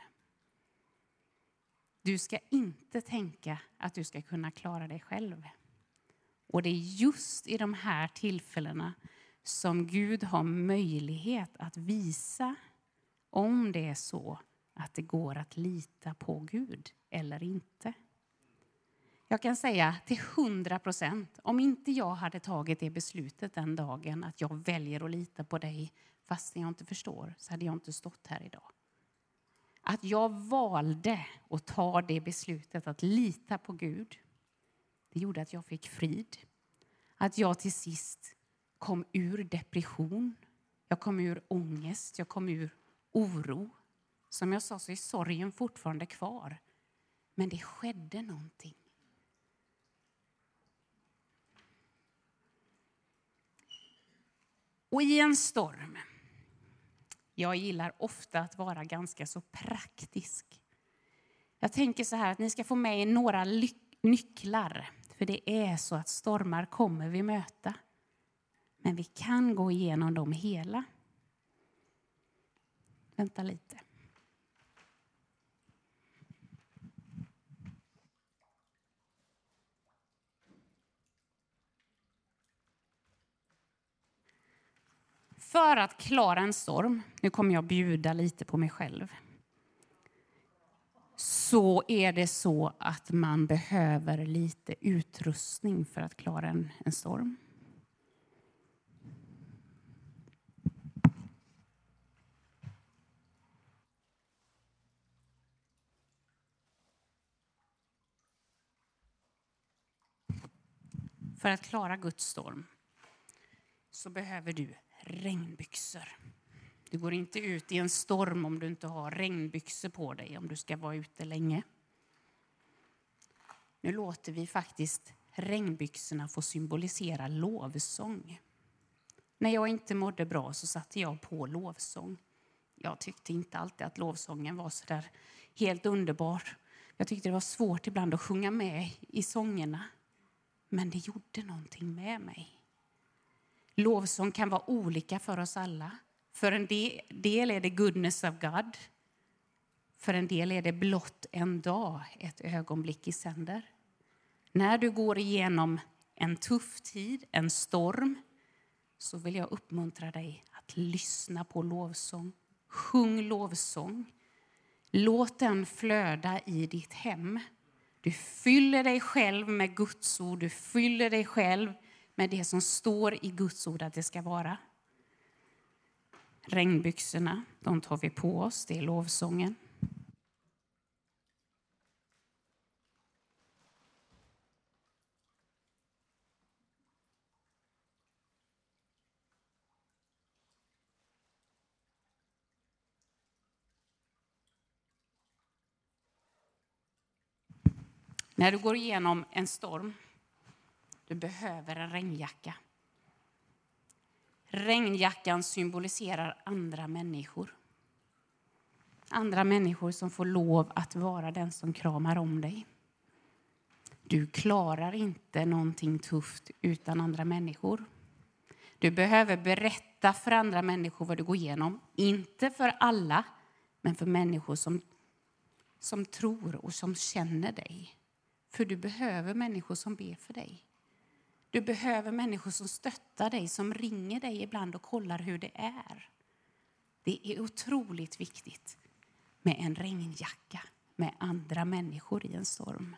Du ska inte tänka att du ska kunna klara dig själv. Och det är just i de här tillfällena som Gud har möjlighet att visa om det är så att det går att lita på Gud eller inte. Jag kan säga till hundra procent, om inte jag hade tagit det beslutet den dagen att jag väljer att lita på dig fast jag inte förstår, så hade jag inte stått här idag. Att jag valde att ta det beslutet att lita på Gud, det gjorde att jag fick frid. Att jag till sist kom ur depression, jag kom ur ångest, jag kom ur oro. Som jag sa så är sorgen fortfarande kvar, men det skedde någonting. Och i en storm, jag gillar ofta att vara ganska så praktisk. Jag tänker så här att ni ska få med er några ly- nycklar. För det är så att stormar kommer vi möta. Men vi kan gå igenom dem hela. Vänta lite. För att klara en storm, nu kommer jag bjuda lite på mig själv, så är det så att man behöver lite utrustning för att klara en, en storm. För att klara Guds storm så behöver du regnbyxor. Du går inte ut i en storm om du inte har regnbyxor på dig, om du ska vara ute länge. Nu låter vi faktiskt regnbyxorna få symbolisera lovsång. När jag inte mådde bra så satte jag på lovsång. Jag tyckte inte alltid att lovsången var så där helt underbar. Jag tyckte det var svårt ibland att sjunga med i sångerna. Men det gjorde någonting med mig. Lovsång kan vara olika för oss alla. För en del är det goodness of God. För en del är det blott en dag, ett ögonblick i sänder. När du går igenom en tuff tid, en storm, så vill jag uppmuntra dig att lyssna på lovsång. Sjung lovsång. Låt den flöda i ditt hem. Du fyller dig själv med Guds ord. Du fyller dig själv med det som står i Guds ord att det ska vara. Regnbyxorna, de tar vi på oss. Det är lovsången. När du går igenom en storm, du behöver en regnjacka. Regnjackan symboliserar andra människor. Andra människor som får lov att vara den som kramar om dig. Du klarar inte någonting tufft utan andra människor. Du behöver berätta för andra människor vad du går igenom. Inte för alla, men för människor som, som tror och som känner dig. För du behöver människor som ber för dig. Du behöver människor som stöttar dig, som ringer dig ibland och kollar hur det är. Det är otroligt viktigt med en regnjacka, med andra människor i en storm.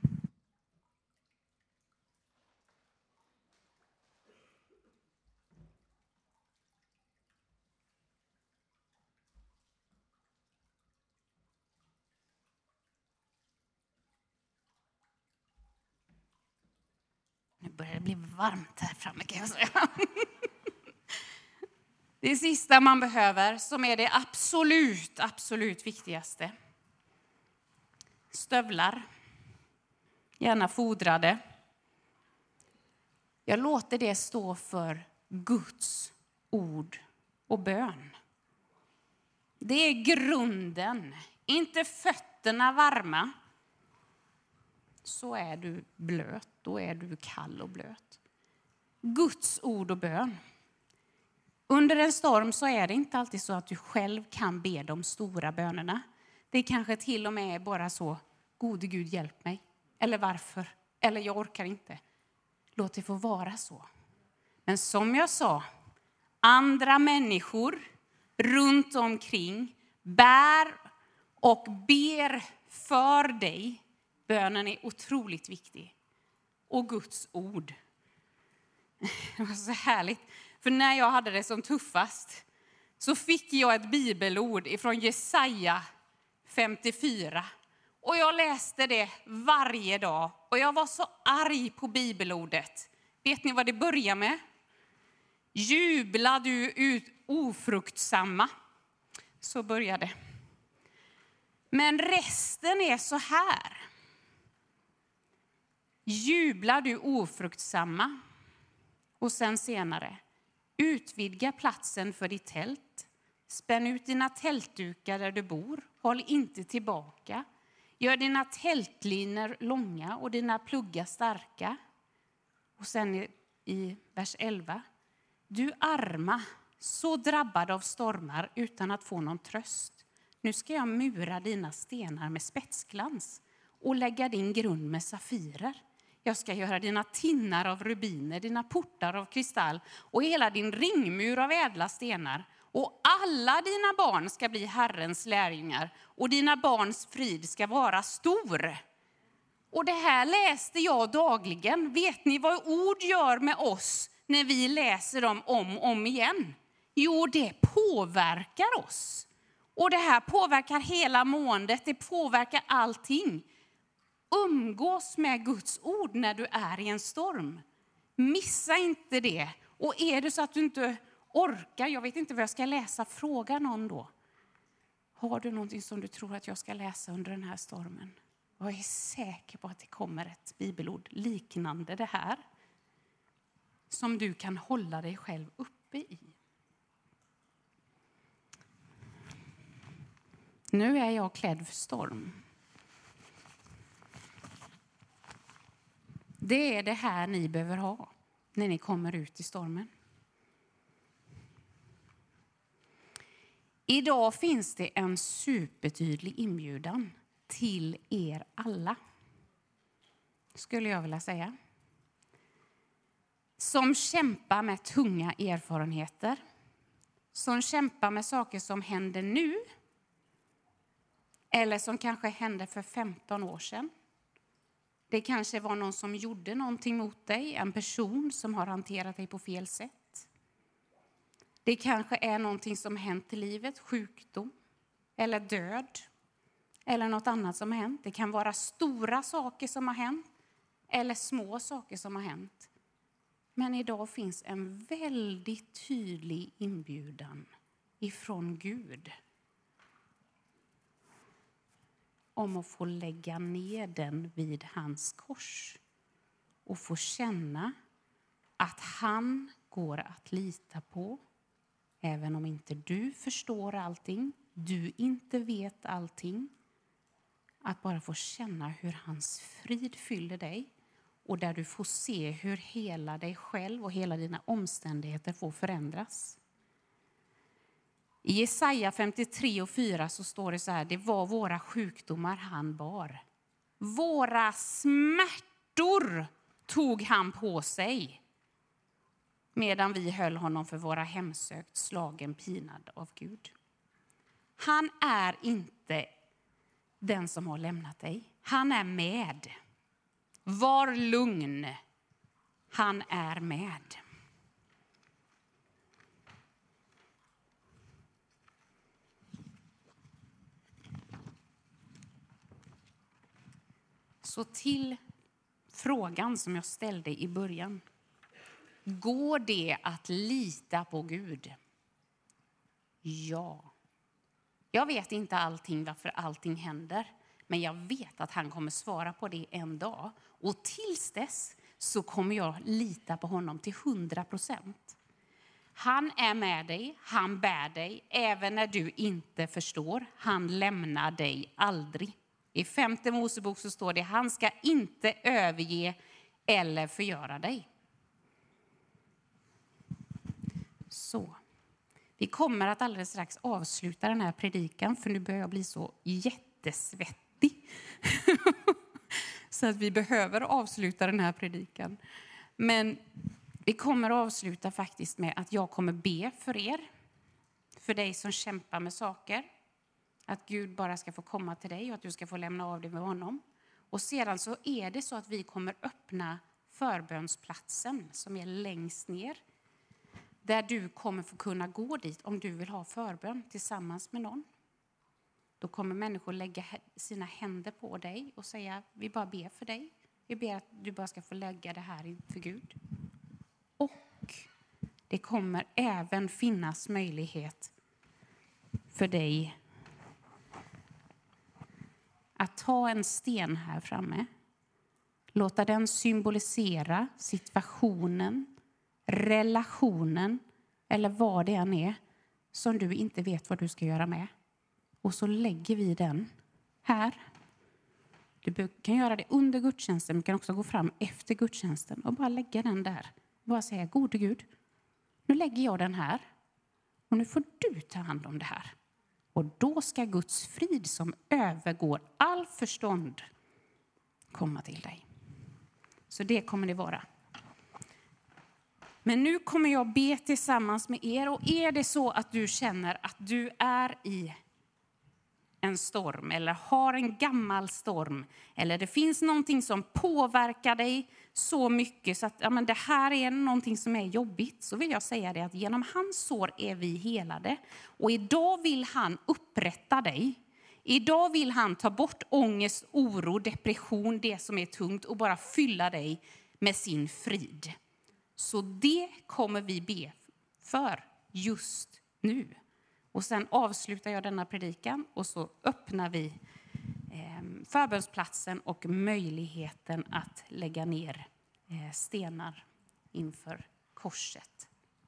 Nu börjar det bli varmt här framme, kan jag säga. Det sista man behöver, som är det absolut, absolut viktigaste. Stövlar. Gärna fodrade. Jag låter det stå för Guds ord och bön. Det är grunden. Inte fötterna varma. Så är du blöt, då är du kall och blöt. Guds ord och bön. Under en storm så är det inte alltid så att du själv kan be de stora bönerna. Det kanske till och med är bara så, gode Gud hjälp mig. Eller varför, eller jag orkar inte. Låt det få vara så. Men som jag sa, andra människor runt omkring bär och ber för dig. Bönen är otroligt viktig. Och Guds ord. Det var så härligt. För när jag hade det som tuffast så fick jag ett bibelord ifrån Jesaja femtiofyra. Och jag läste det varje dag. Och jag var så arg på bibelordet. Vet ni vad det börjar med? Jubla du ut ofruktsamma. Så började det. Men resten är så här. Jubla du ofruktsamma. Och sen senare. Utvidga platsen för ditt tält. Spänn ut dina tältdukar där du bor. Håll inte tillbaka. Gör dina tältlinor långa och dina pluggar starka. Och sen i, i vers elva. Du arma, så drabbad av stormar utan att få någon tröst. Nu ska jag mura dina stenar med spetsglans och lägga din grund med safirer. Jag ska göra dina tinnar av rubiner, dina portar av kristall och hela din ringmur av ädla stenar. Och alla dina barn ska bli Herrens lärjungar och dina barns frid ska vara stor. Och det här läste jag dagligen. Vet ni vad ord gör med oss när vi läser dem om och om igen? Jo, det påverkar oss. Och det här påverkar hela måendet, det påverkar allting. Umgås med Guds ord när du är i en storm. Missa inte det. Och är det så att du inte orkar, jag vet inte vad jag ska läsa, fråga någon då. Har du någonting som du tror att jag ska läsa under den här stormen? Jag är säker på att det kommer ett bibelord liknande det här. Som du kan hålla dig själv uppe i. Nu är jag klädd för storm. Det är det här ni behöver ha när ni kommer ut i stormen. Idag finns det en supertydlig inbjudan till er alla. Skulle jag vilja säga. Som kämpar med tunga erfarenheter. Som kämpar med saker som händer nu. Eller som kanske hände för femton år sedan. Det kanske var någon som gjorde någonting mot dig. En person som har hanterat dig på fel sätt. Det kanske är någonting som hänt i livet. Sjukdom. Eller död. Eller något annat som har hänt. Det kan vara stora saker som har hänt. Eller små saker som har hänt. Men idag finns en väldigt tydlig inbjudan ifrån Gud. Om att få lägga ner den vid hans kors. Och få känna att han går att lita på. Även om inte du förstår allting. Du inte vet allting. att bara få känna hur hans frid fyller dig. Och där du får se hur hela dig själv och hela dina omständigheter får förändras. I Jesaja femtiotre och fyra så står det så här: det var våra sjukdomar han bar. Våra smärtor tog han på sig. Medan vi höll honom för våra hemsökt, slagen, pinad av Gud. Han är inte den som har lämnat dig. Han är med. Var lugn. Han är med. Så till frågan som jag ställde i början. Går det att lita på Gud? Ja. Jag vet inte allting varför allting händer. Men jag vet att han kommer svara på det en dag. Och tills dess så kommer jag lita på honom till hundra procent. Han är med dig, han bär dig, även när du inte förstår. Han lämnar dig aldrig. I femte Mosebok så står det: han ska inte överge eller förgöra dig. Så. Vi kommer att alldeles strax avsluta den här predikan, för nu börjar jag bli så jättesvettig. Så att vi behöver avsluta den här predikan. Men vi kommer att avsluta faktiskt med att jag kommer be för er. För dig som kämpar med saker. Att Gud bara ska få komma till dig och att du ska få lämna av dig med honom. Och sedan så är det så att vi kommer öppna förbönsplatsen som är längst ner. Där du kommer få kunna gå dit om du vill ha förbön tillsammans med någon. Då kommer människor lägga sina händer på dig och säga: vi bara ber för dig. Vi ber att du bara ska få lägga det här inför Gud. Och det kommer även finnas möjlighet för dig att ta en sten här framme. Låta den symbolisera situationen, relationen eller vad det än är som du inte vet vad du ska göra med. Och så lägger vi den här. Du kan göra det under gudstjänsten, men kan också gå fram efter gudstjänsten och bara lägga den där. Bara säga: gode Gud, nu lägger jag den här och nu får du ta hand om det här. Och då ska Guds frid som övergår all förstånd komma till dig. Så det kommer det vara. Men nu kommer jag be tillsammans med er. Och är det så att du känner att du är i en storm eller har en gammal storm, eller det finns någonting som påverkar dig så mycket så att ja, men det här är någonting som är jobbigt, så vill jag säga det att genom hans sår är vi helade. Och idag vill han upprätta dig. Idag vill han ta bort ångest, oro, depression, det som är tungt, och bara fylla dig med sin frid. Så det kommer vi be för just nu. Och sen avslutar jag denna predikan och så öppnar vi förbönsplatsen och möjligheten att lägga ner stenar inför korset.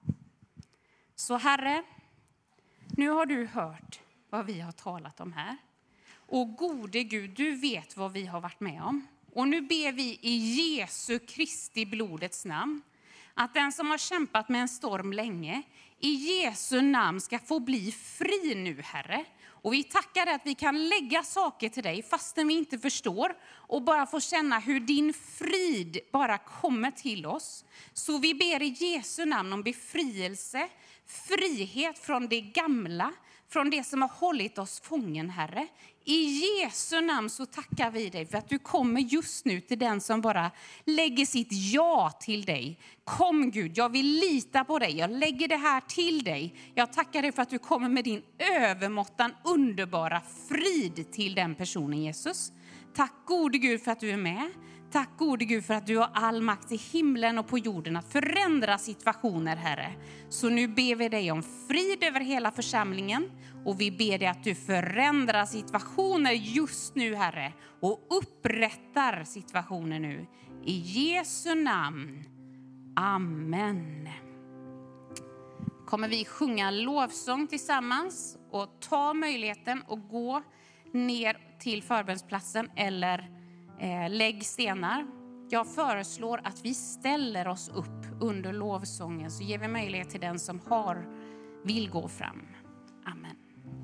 Så Herre, nu har du hört vad vi har talat om här. Och gode Gud, du vet vad vi har varit med om. Och nu ber vi i Jesu Kristi blodets namn att den som har kämpat med en storm länge i Jesu namn ska få bli fri nu, Herre. Och vi tackar dig att vi kan lägga saker till dig fastän vi inte förstår. Och bara få känna hur din frid bara kommer till oss. Så vi ber i Jesu namn om befrielse, frihet från det gamla, från det som har hållit oss fången, Herre. I Jesu namn så tackar vi dig för att du kommer just nu till den som bara lägger sitt ja till dig. Kom Gud, jag vill lita på dig. Jag lägger det här till dig. Jag tackar dig för att du kommer med din övermåttan underbara frid till den personen, Jesus. Tack gode Gud för att du är med. Tack gode Gud för att du har all makt i himlen och på jorden att förändra situationer, Herre. Så nu ber vi dig om frid över hela församlingen. Och vi ber dig att du förändrar situationer just nu, Herre. Och upprättar situationer nu. I Jesu namn. Amen. Kommer vi sjunga lovsång tillsammans och ta möjligheten att gå ner till förbönsplatsen eller eh, lägg stenar. Jag föreslår att vi ställer oss upp under lovsången, så ger vi möjlighet till den som har vill gå fram. Amen.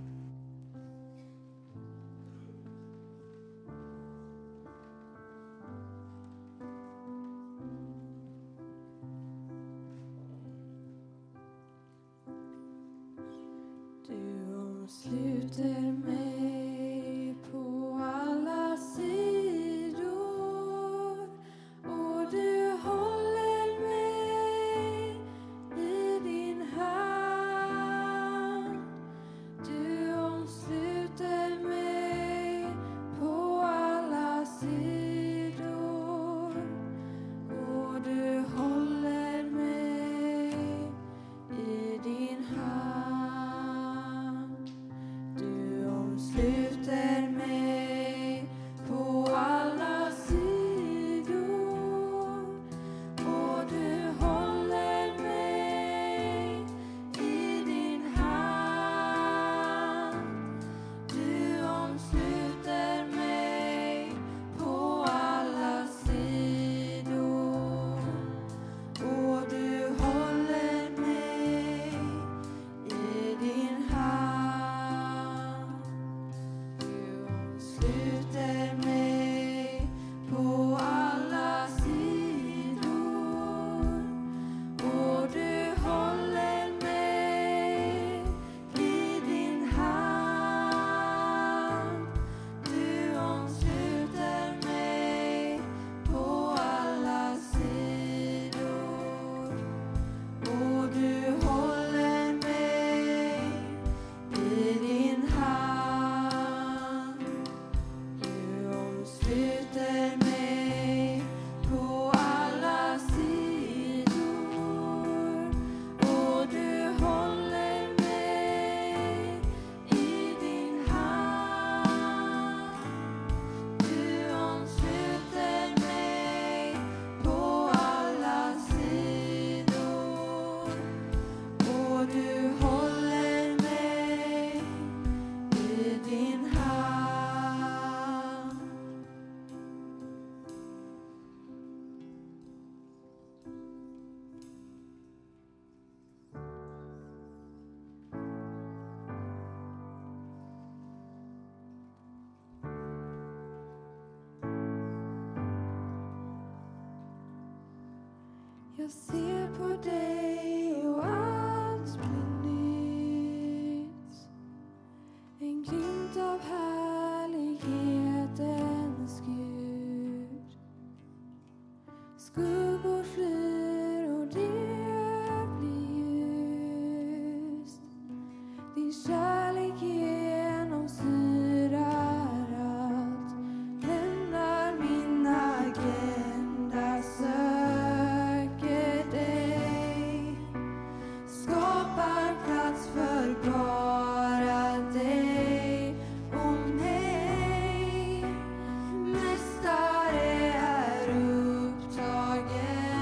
Du omsluter mig på alla sidor och du håller mig i din hand. Du omsluter mig på alla sidor och du håller mig i din hand. Du omsluter mig på alla sidor och du håller mig i din hand. Du omsluter mig på alla sidor och du håller mig i din hand. Du omsluter mig på alla sidor och du håller mig i din hand. Du omsluter mig på alla sidor och du håller mig i din hand. Du omsluter mig på alla sidor och du håller mig i din hand. Du omsluter mig på alla sidor och du håller mig i din hand. Jag ser på dig och allt blir nytt. En glimt av härlighetens Gud. Skuggor flyr och det blir ljust. Din kärlek genomsyrar allt. Lämnar min agenda, söker dig. Skapar plats för bara dig och mig. Mästare är upptagen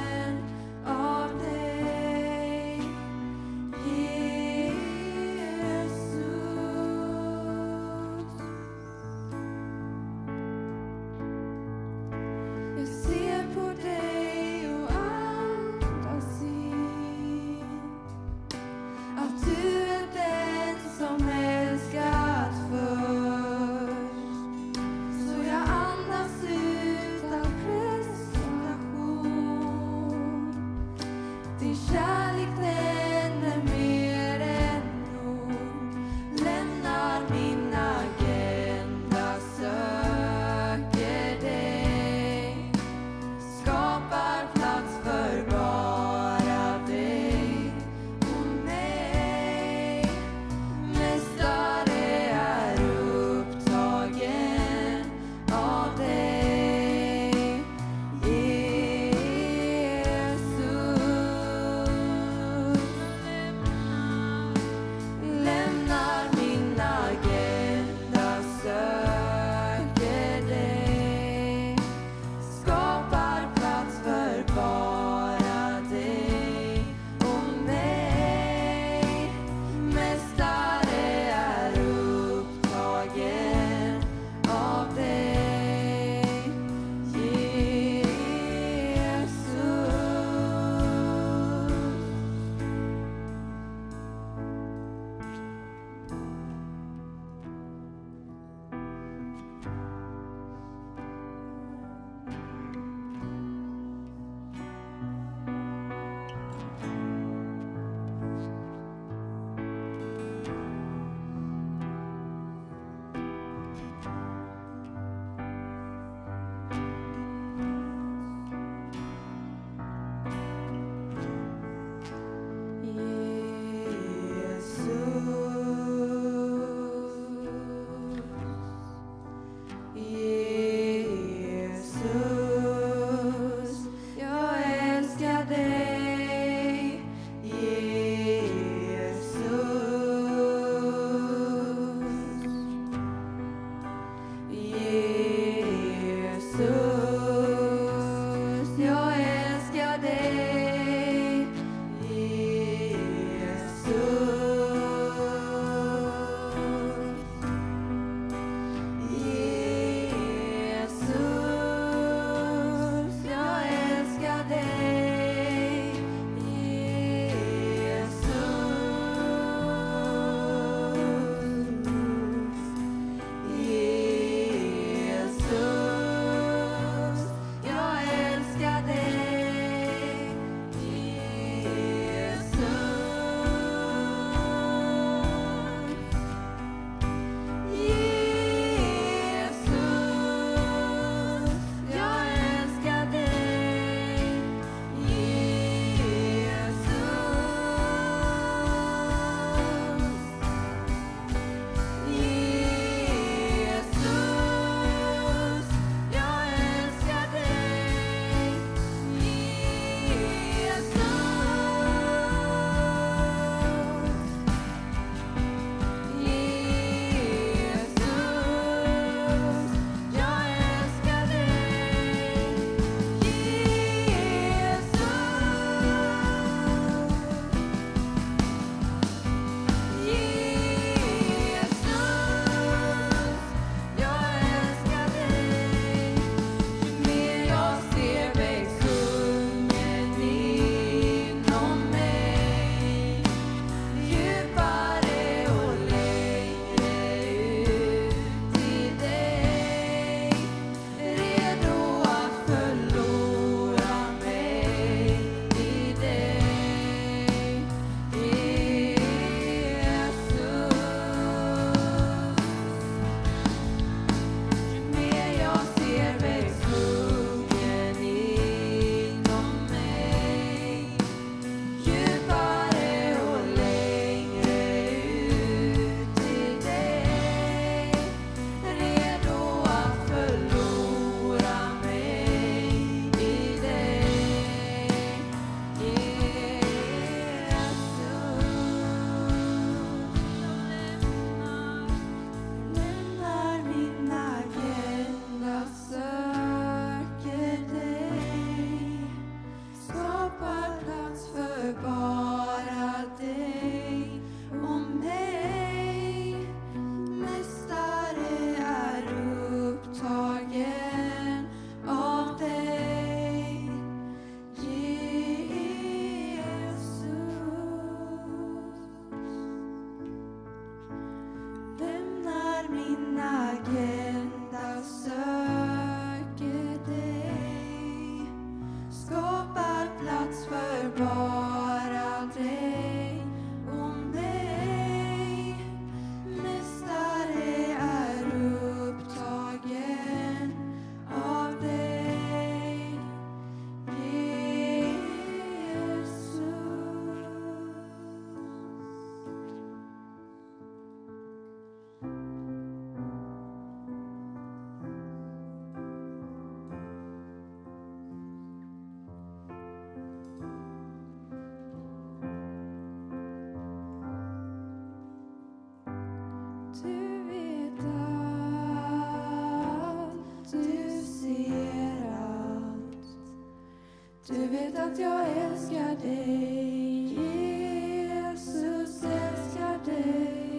Du vet att jag älskar dig, Jesus älskar dig,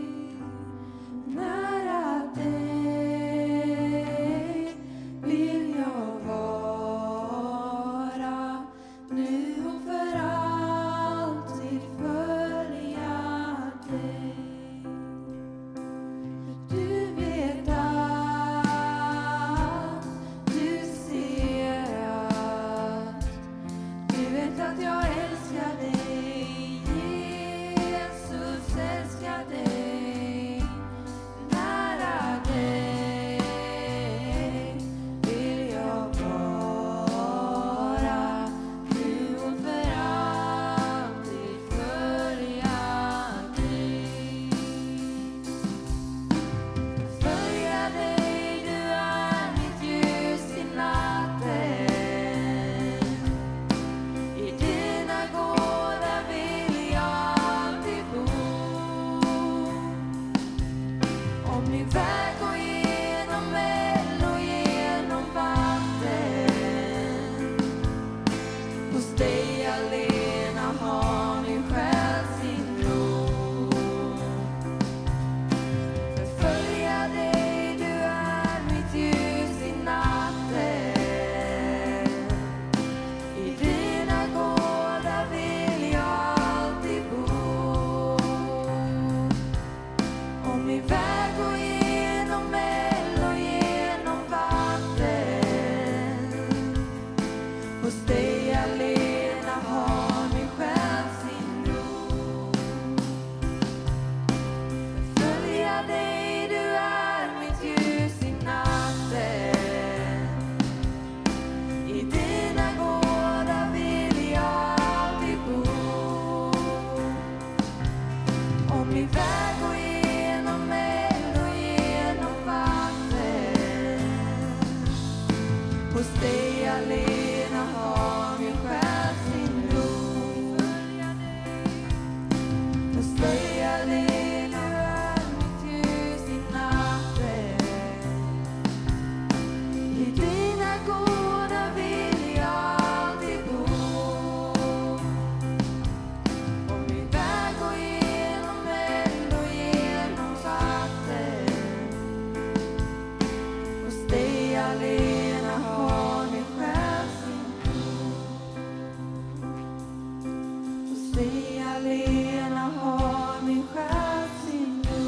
nära dig vill jag vara, nu och för alltid följa dig. Du vet allt, du ser allt, du vet att jag älskar dig, Jesus älskar dig, nära dig vill jag vara, nu och för alltid följa dig. Följa dig, du är mitt ljus i natten. I dina gårdar vill jag alltid bo. Om min väg går genom eld och genom vatten, hos dig allena har min själ sin ro. Följa dig, du är mitt ljus i natten. I dina gårdar vill jag alltid bo. Om min väg går genom eld och genom vatten, hos dig allena har min själ sin ro. Följa dig, du är mitt ljus i natten. I dina gårdar vill jag alltid bo. Om min väg går genom eld och genom vatten, hos dig allena har min själ sin ro. Hos dig allena är mitt ljus i natten. I dina gårdar vill jag alltid bo. Om min väg går genom eld och genom vatten, hos dig allena har min själ sin ro. Hos dig allena har min själ sin ro.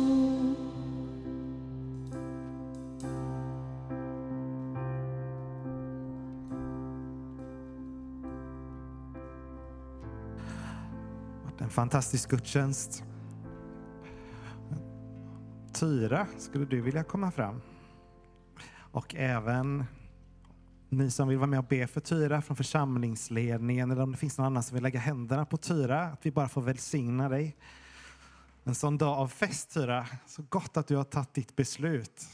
En fantastisk gudstjänst. Tyra, skulle du vilja komma fram? Och även ni som vill vara med och be för Tyra från församlingsledningen, eller om det finns någon annan som vill lägga händerna på Tyra, att vi bara får välsigna dig. En sån dag av fest, Tyra. Så gott att du har tagit ditt beslut.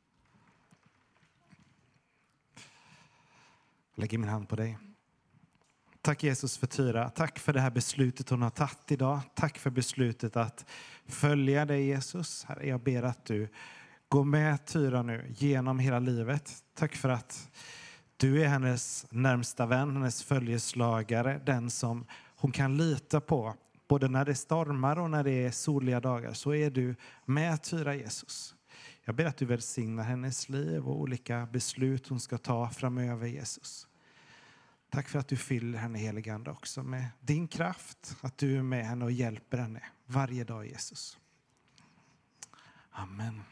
Jag lägger min hand på dig. Tack Jesus för Tyra. Tack för det här beslutet hon har tagit idag. Tack för beslutet att följa dig Jesus. Herre, jag ber att du går med Tyra nu genom hela livet. Tack för att du är hennes närmsta vän, hennes följeslagare. Den som hon kan lita på. Både när det stormar och när det är soliga dagar så är du med Tyra Jesus. Jag ber att du välsignar hennes liv och olika beslut hon ska ta framöver Jesus. Tack för att du fyller henne helige Ande också med din kraft. Att du är med henne och hjälper henne varje dag Jesus. Amen.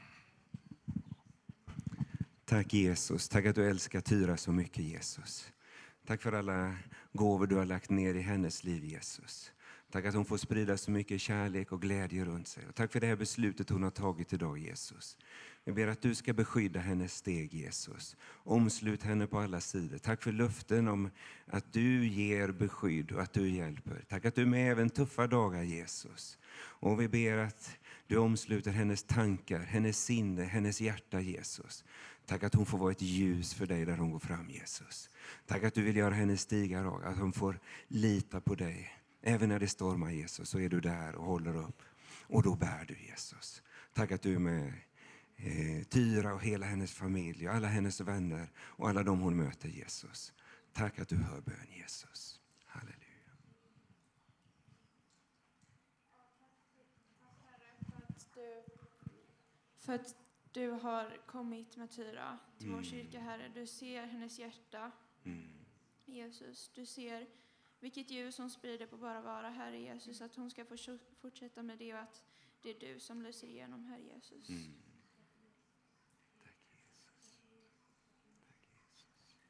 Tack Jesus, tack att du älskar Tyra så mycket Jesus. Tack för alla gåvor du har lagt ner i hennes liv Jesus. Tack att hon får sprida så mycket kärlek och glädje runt sig. Och tack för det här beslutet hon har tagit idag Jesus. Jag ber att du ska beskydda hennes steg Jesus. Omslut henne på alla sidor. Tack för löften om att du ger beskydd och att du hjälper. Tack att du är med även tuffa dagar Jesus. Och vi ber att du omsluter hennes tankar, hennes sinne, hennes hjärta Jesus. Tack att hon får vara ett ljus för dig där hon går fram Jesus. Tack att du vill göra hennes stigar rak, att hon får lita på dig. Även när det stormar Jesus så är du där och håller upp. Och då bär du Jesus. Tack att du är med eh, Tyra och hela hennes familj och alla hennes vänner och alla de hon möter Jesus. Tack att du hör bön, Jesus. Halleluja. För att du har kommit med Tyra till mm. vår kyrka, Herre. Du ser hennes hjärta, mm. Jesus. Du ser vilket ljus som sprider på bara vara, Herre Jesus. Att hon ska få fortsätta med det och att det är du som lyser igenom, Herre Jesus. Mm. Tack, Jesus. Tack, Jesus.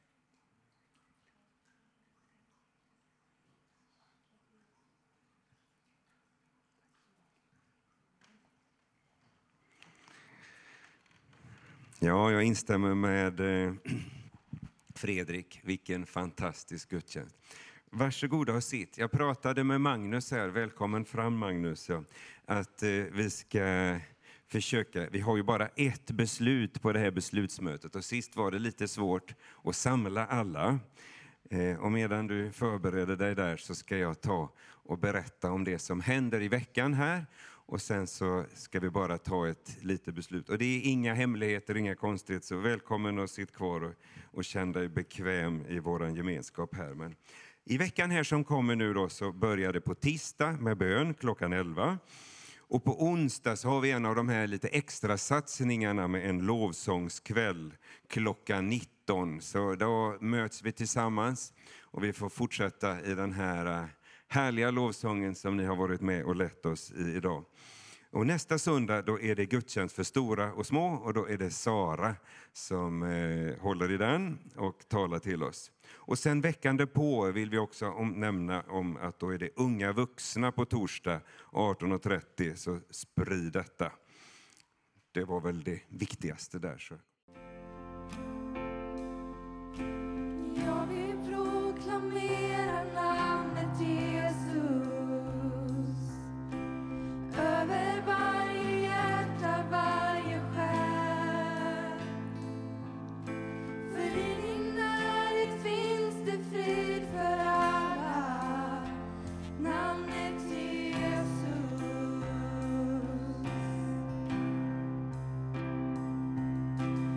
Ja, jag instämmer med eh, Fredrik. Vilken fantastisk gudstjänst. Varsågoda och sitt. Jag pratade med Magnus här. Välkommen fram, Magnus. Ja. Att eh, vi ska försöka. Vi har ju bara ett beslut på det här beslutsmötet. Och sist var det lite svårt att samla alla. Eh, och medan du förbereder dig där så ska jag ta och berätta om det som händer i veckan här. Och sen så ska vi bara ta ett litet beslut. Och det är inga hemligheter, inga konstigheter. Så välkommen och sitt kvar och, och känn dig bekväm i våran gemenskap här. Men i veckan här som kommer nu då så börjar det på tisdag med bön klockan elva. Och på onsdag så har vi en av de här lite extra satsningarna med en lovsångskväll klockan nitton. Så då möts vi tillsammans och vi får fortsätta i den här härliga lovsången som ni har varit med och lett oss i idag. Och nästa söndag då är det gudstjänst för stora och små och då är det Sara som eh, håller i den och talar till oss. Och sen veckan därpå vill vi också om, nämna om att då är det unga vuxna på torsdag arton och trettio, så sprid detta. Det var väl det viktigaste där. Så. Jag vill proklamera namnet Jesus över varje hjärta, varje själ. För i din närhet finns det frid för alla. Namnet Jesus.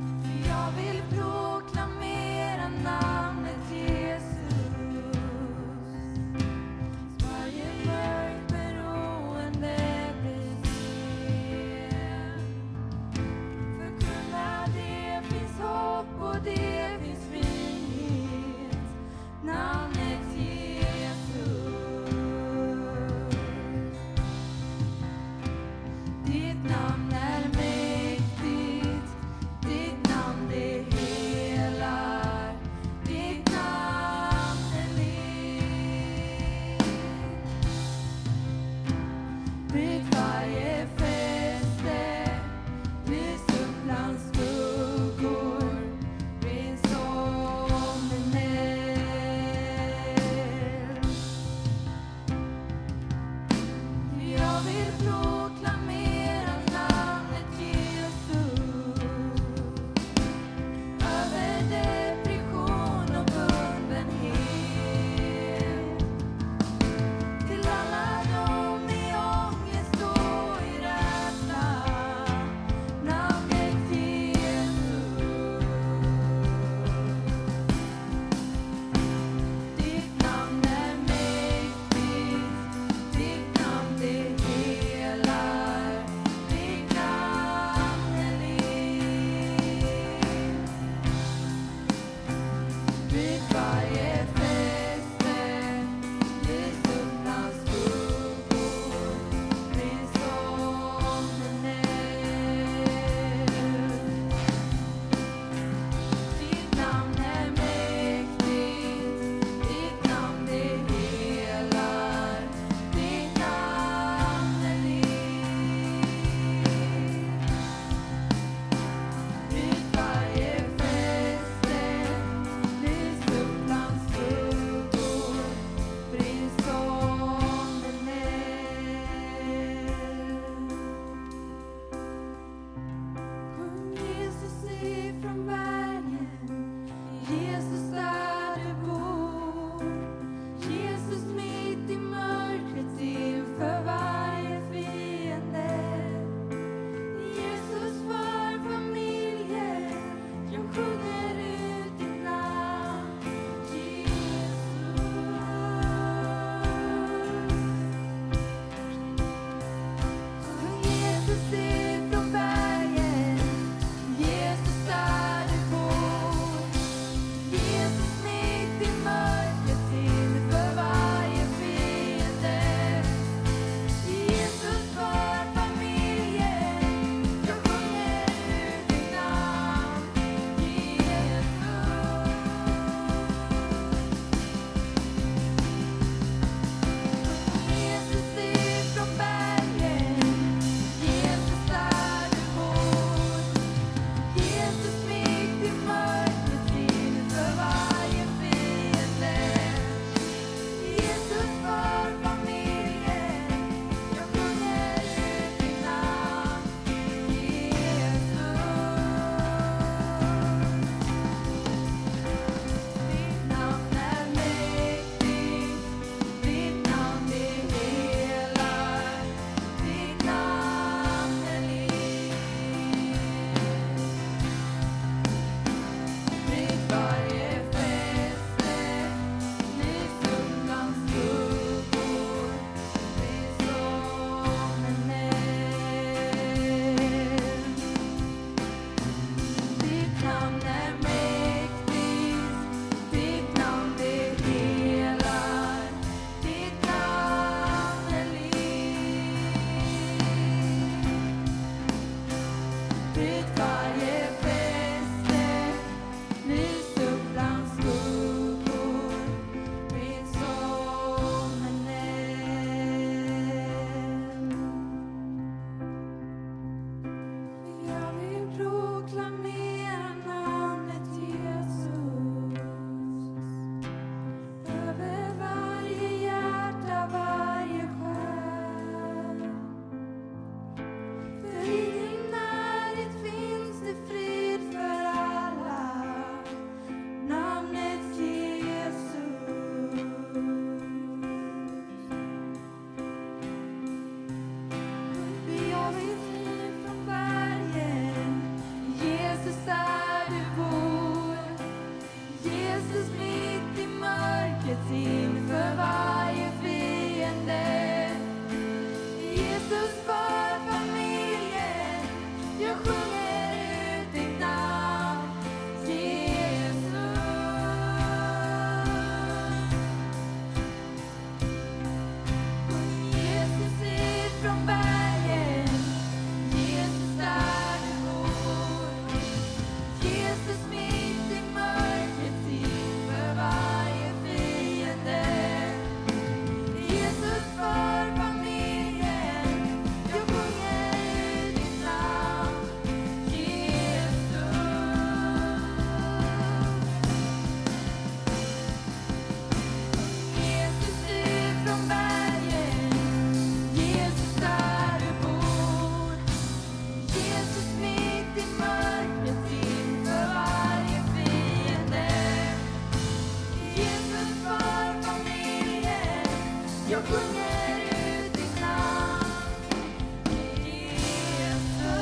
Jesus för familjen. Jag sjunger ut ditt namn. Jesus.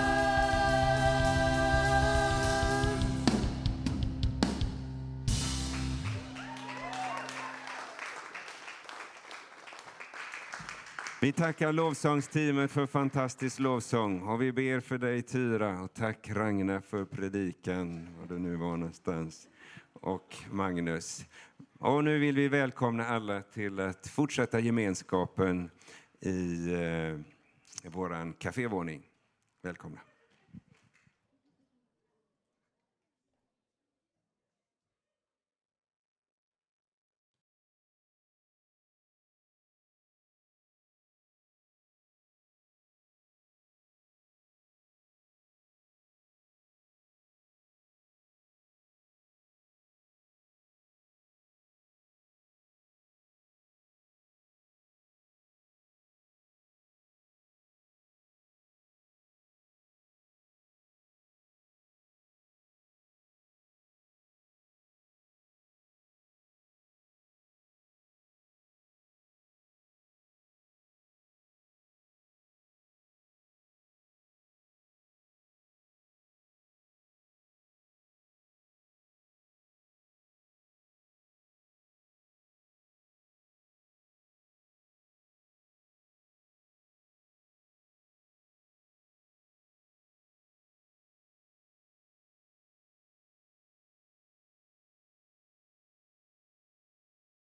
Vi tackar lovsångsteamet för fantastisk lovsång. Och vi ber för dig, Tyra. Och tack, Ragnar, för predikan. Var du nu var någonstans. Och Magnus. Och nu vill vi välkomna alla till att fortsätta gemenskapen i eh, våran kafévåning. Välkomna.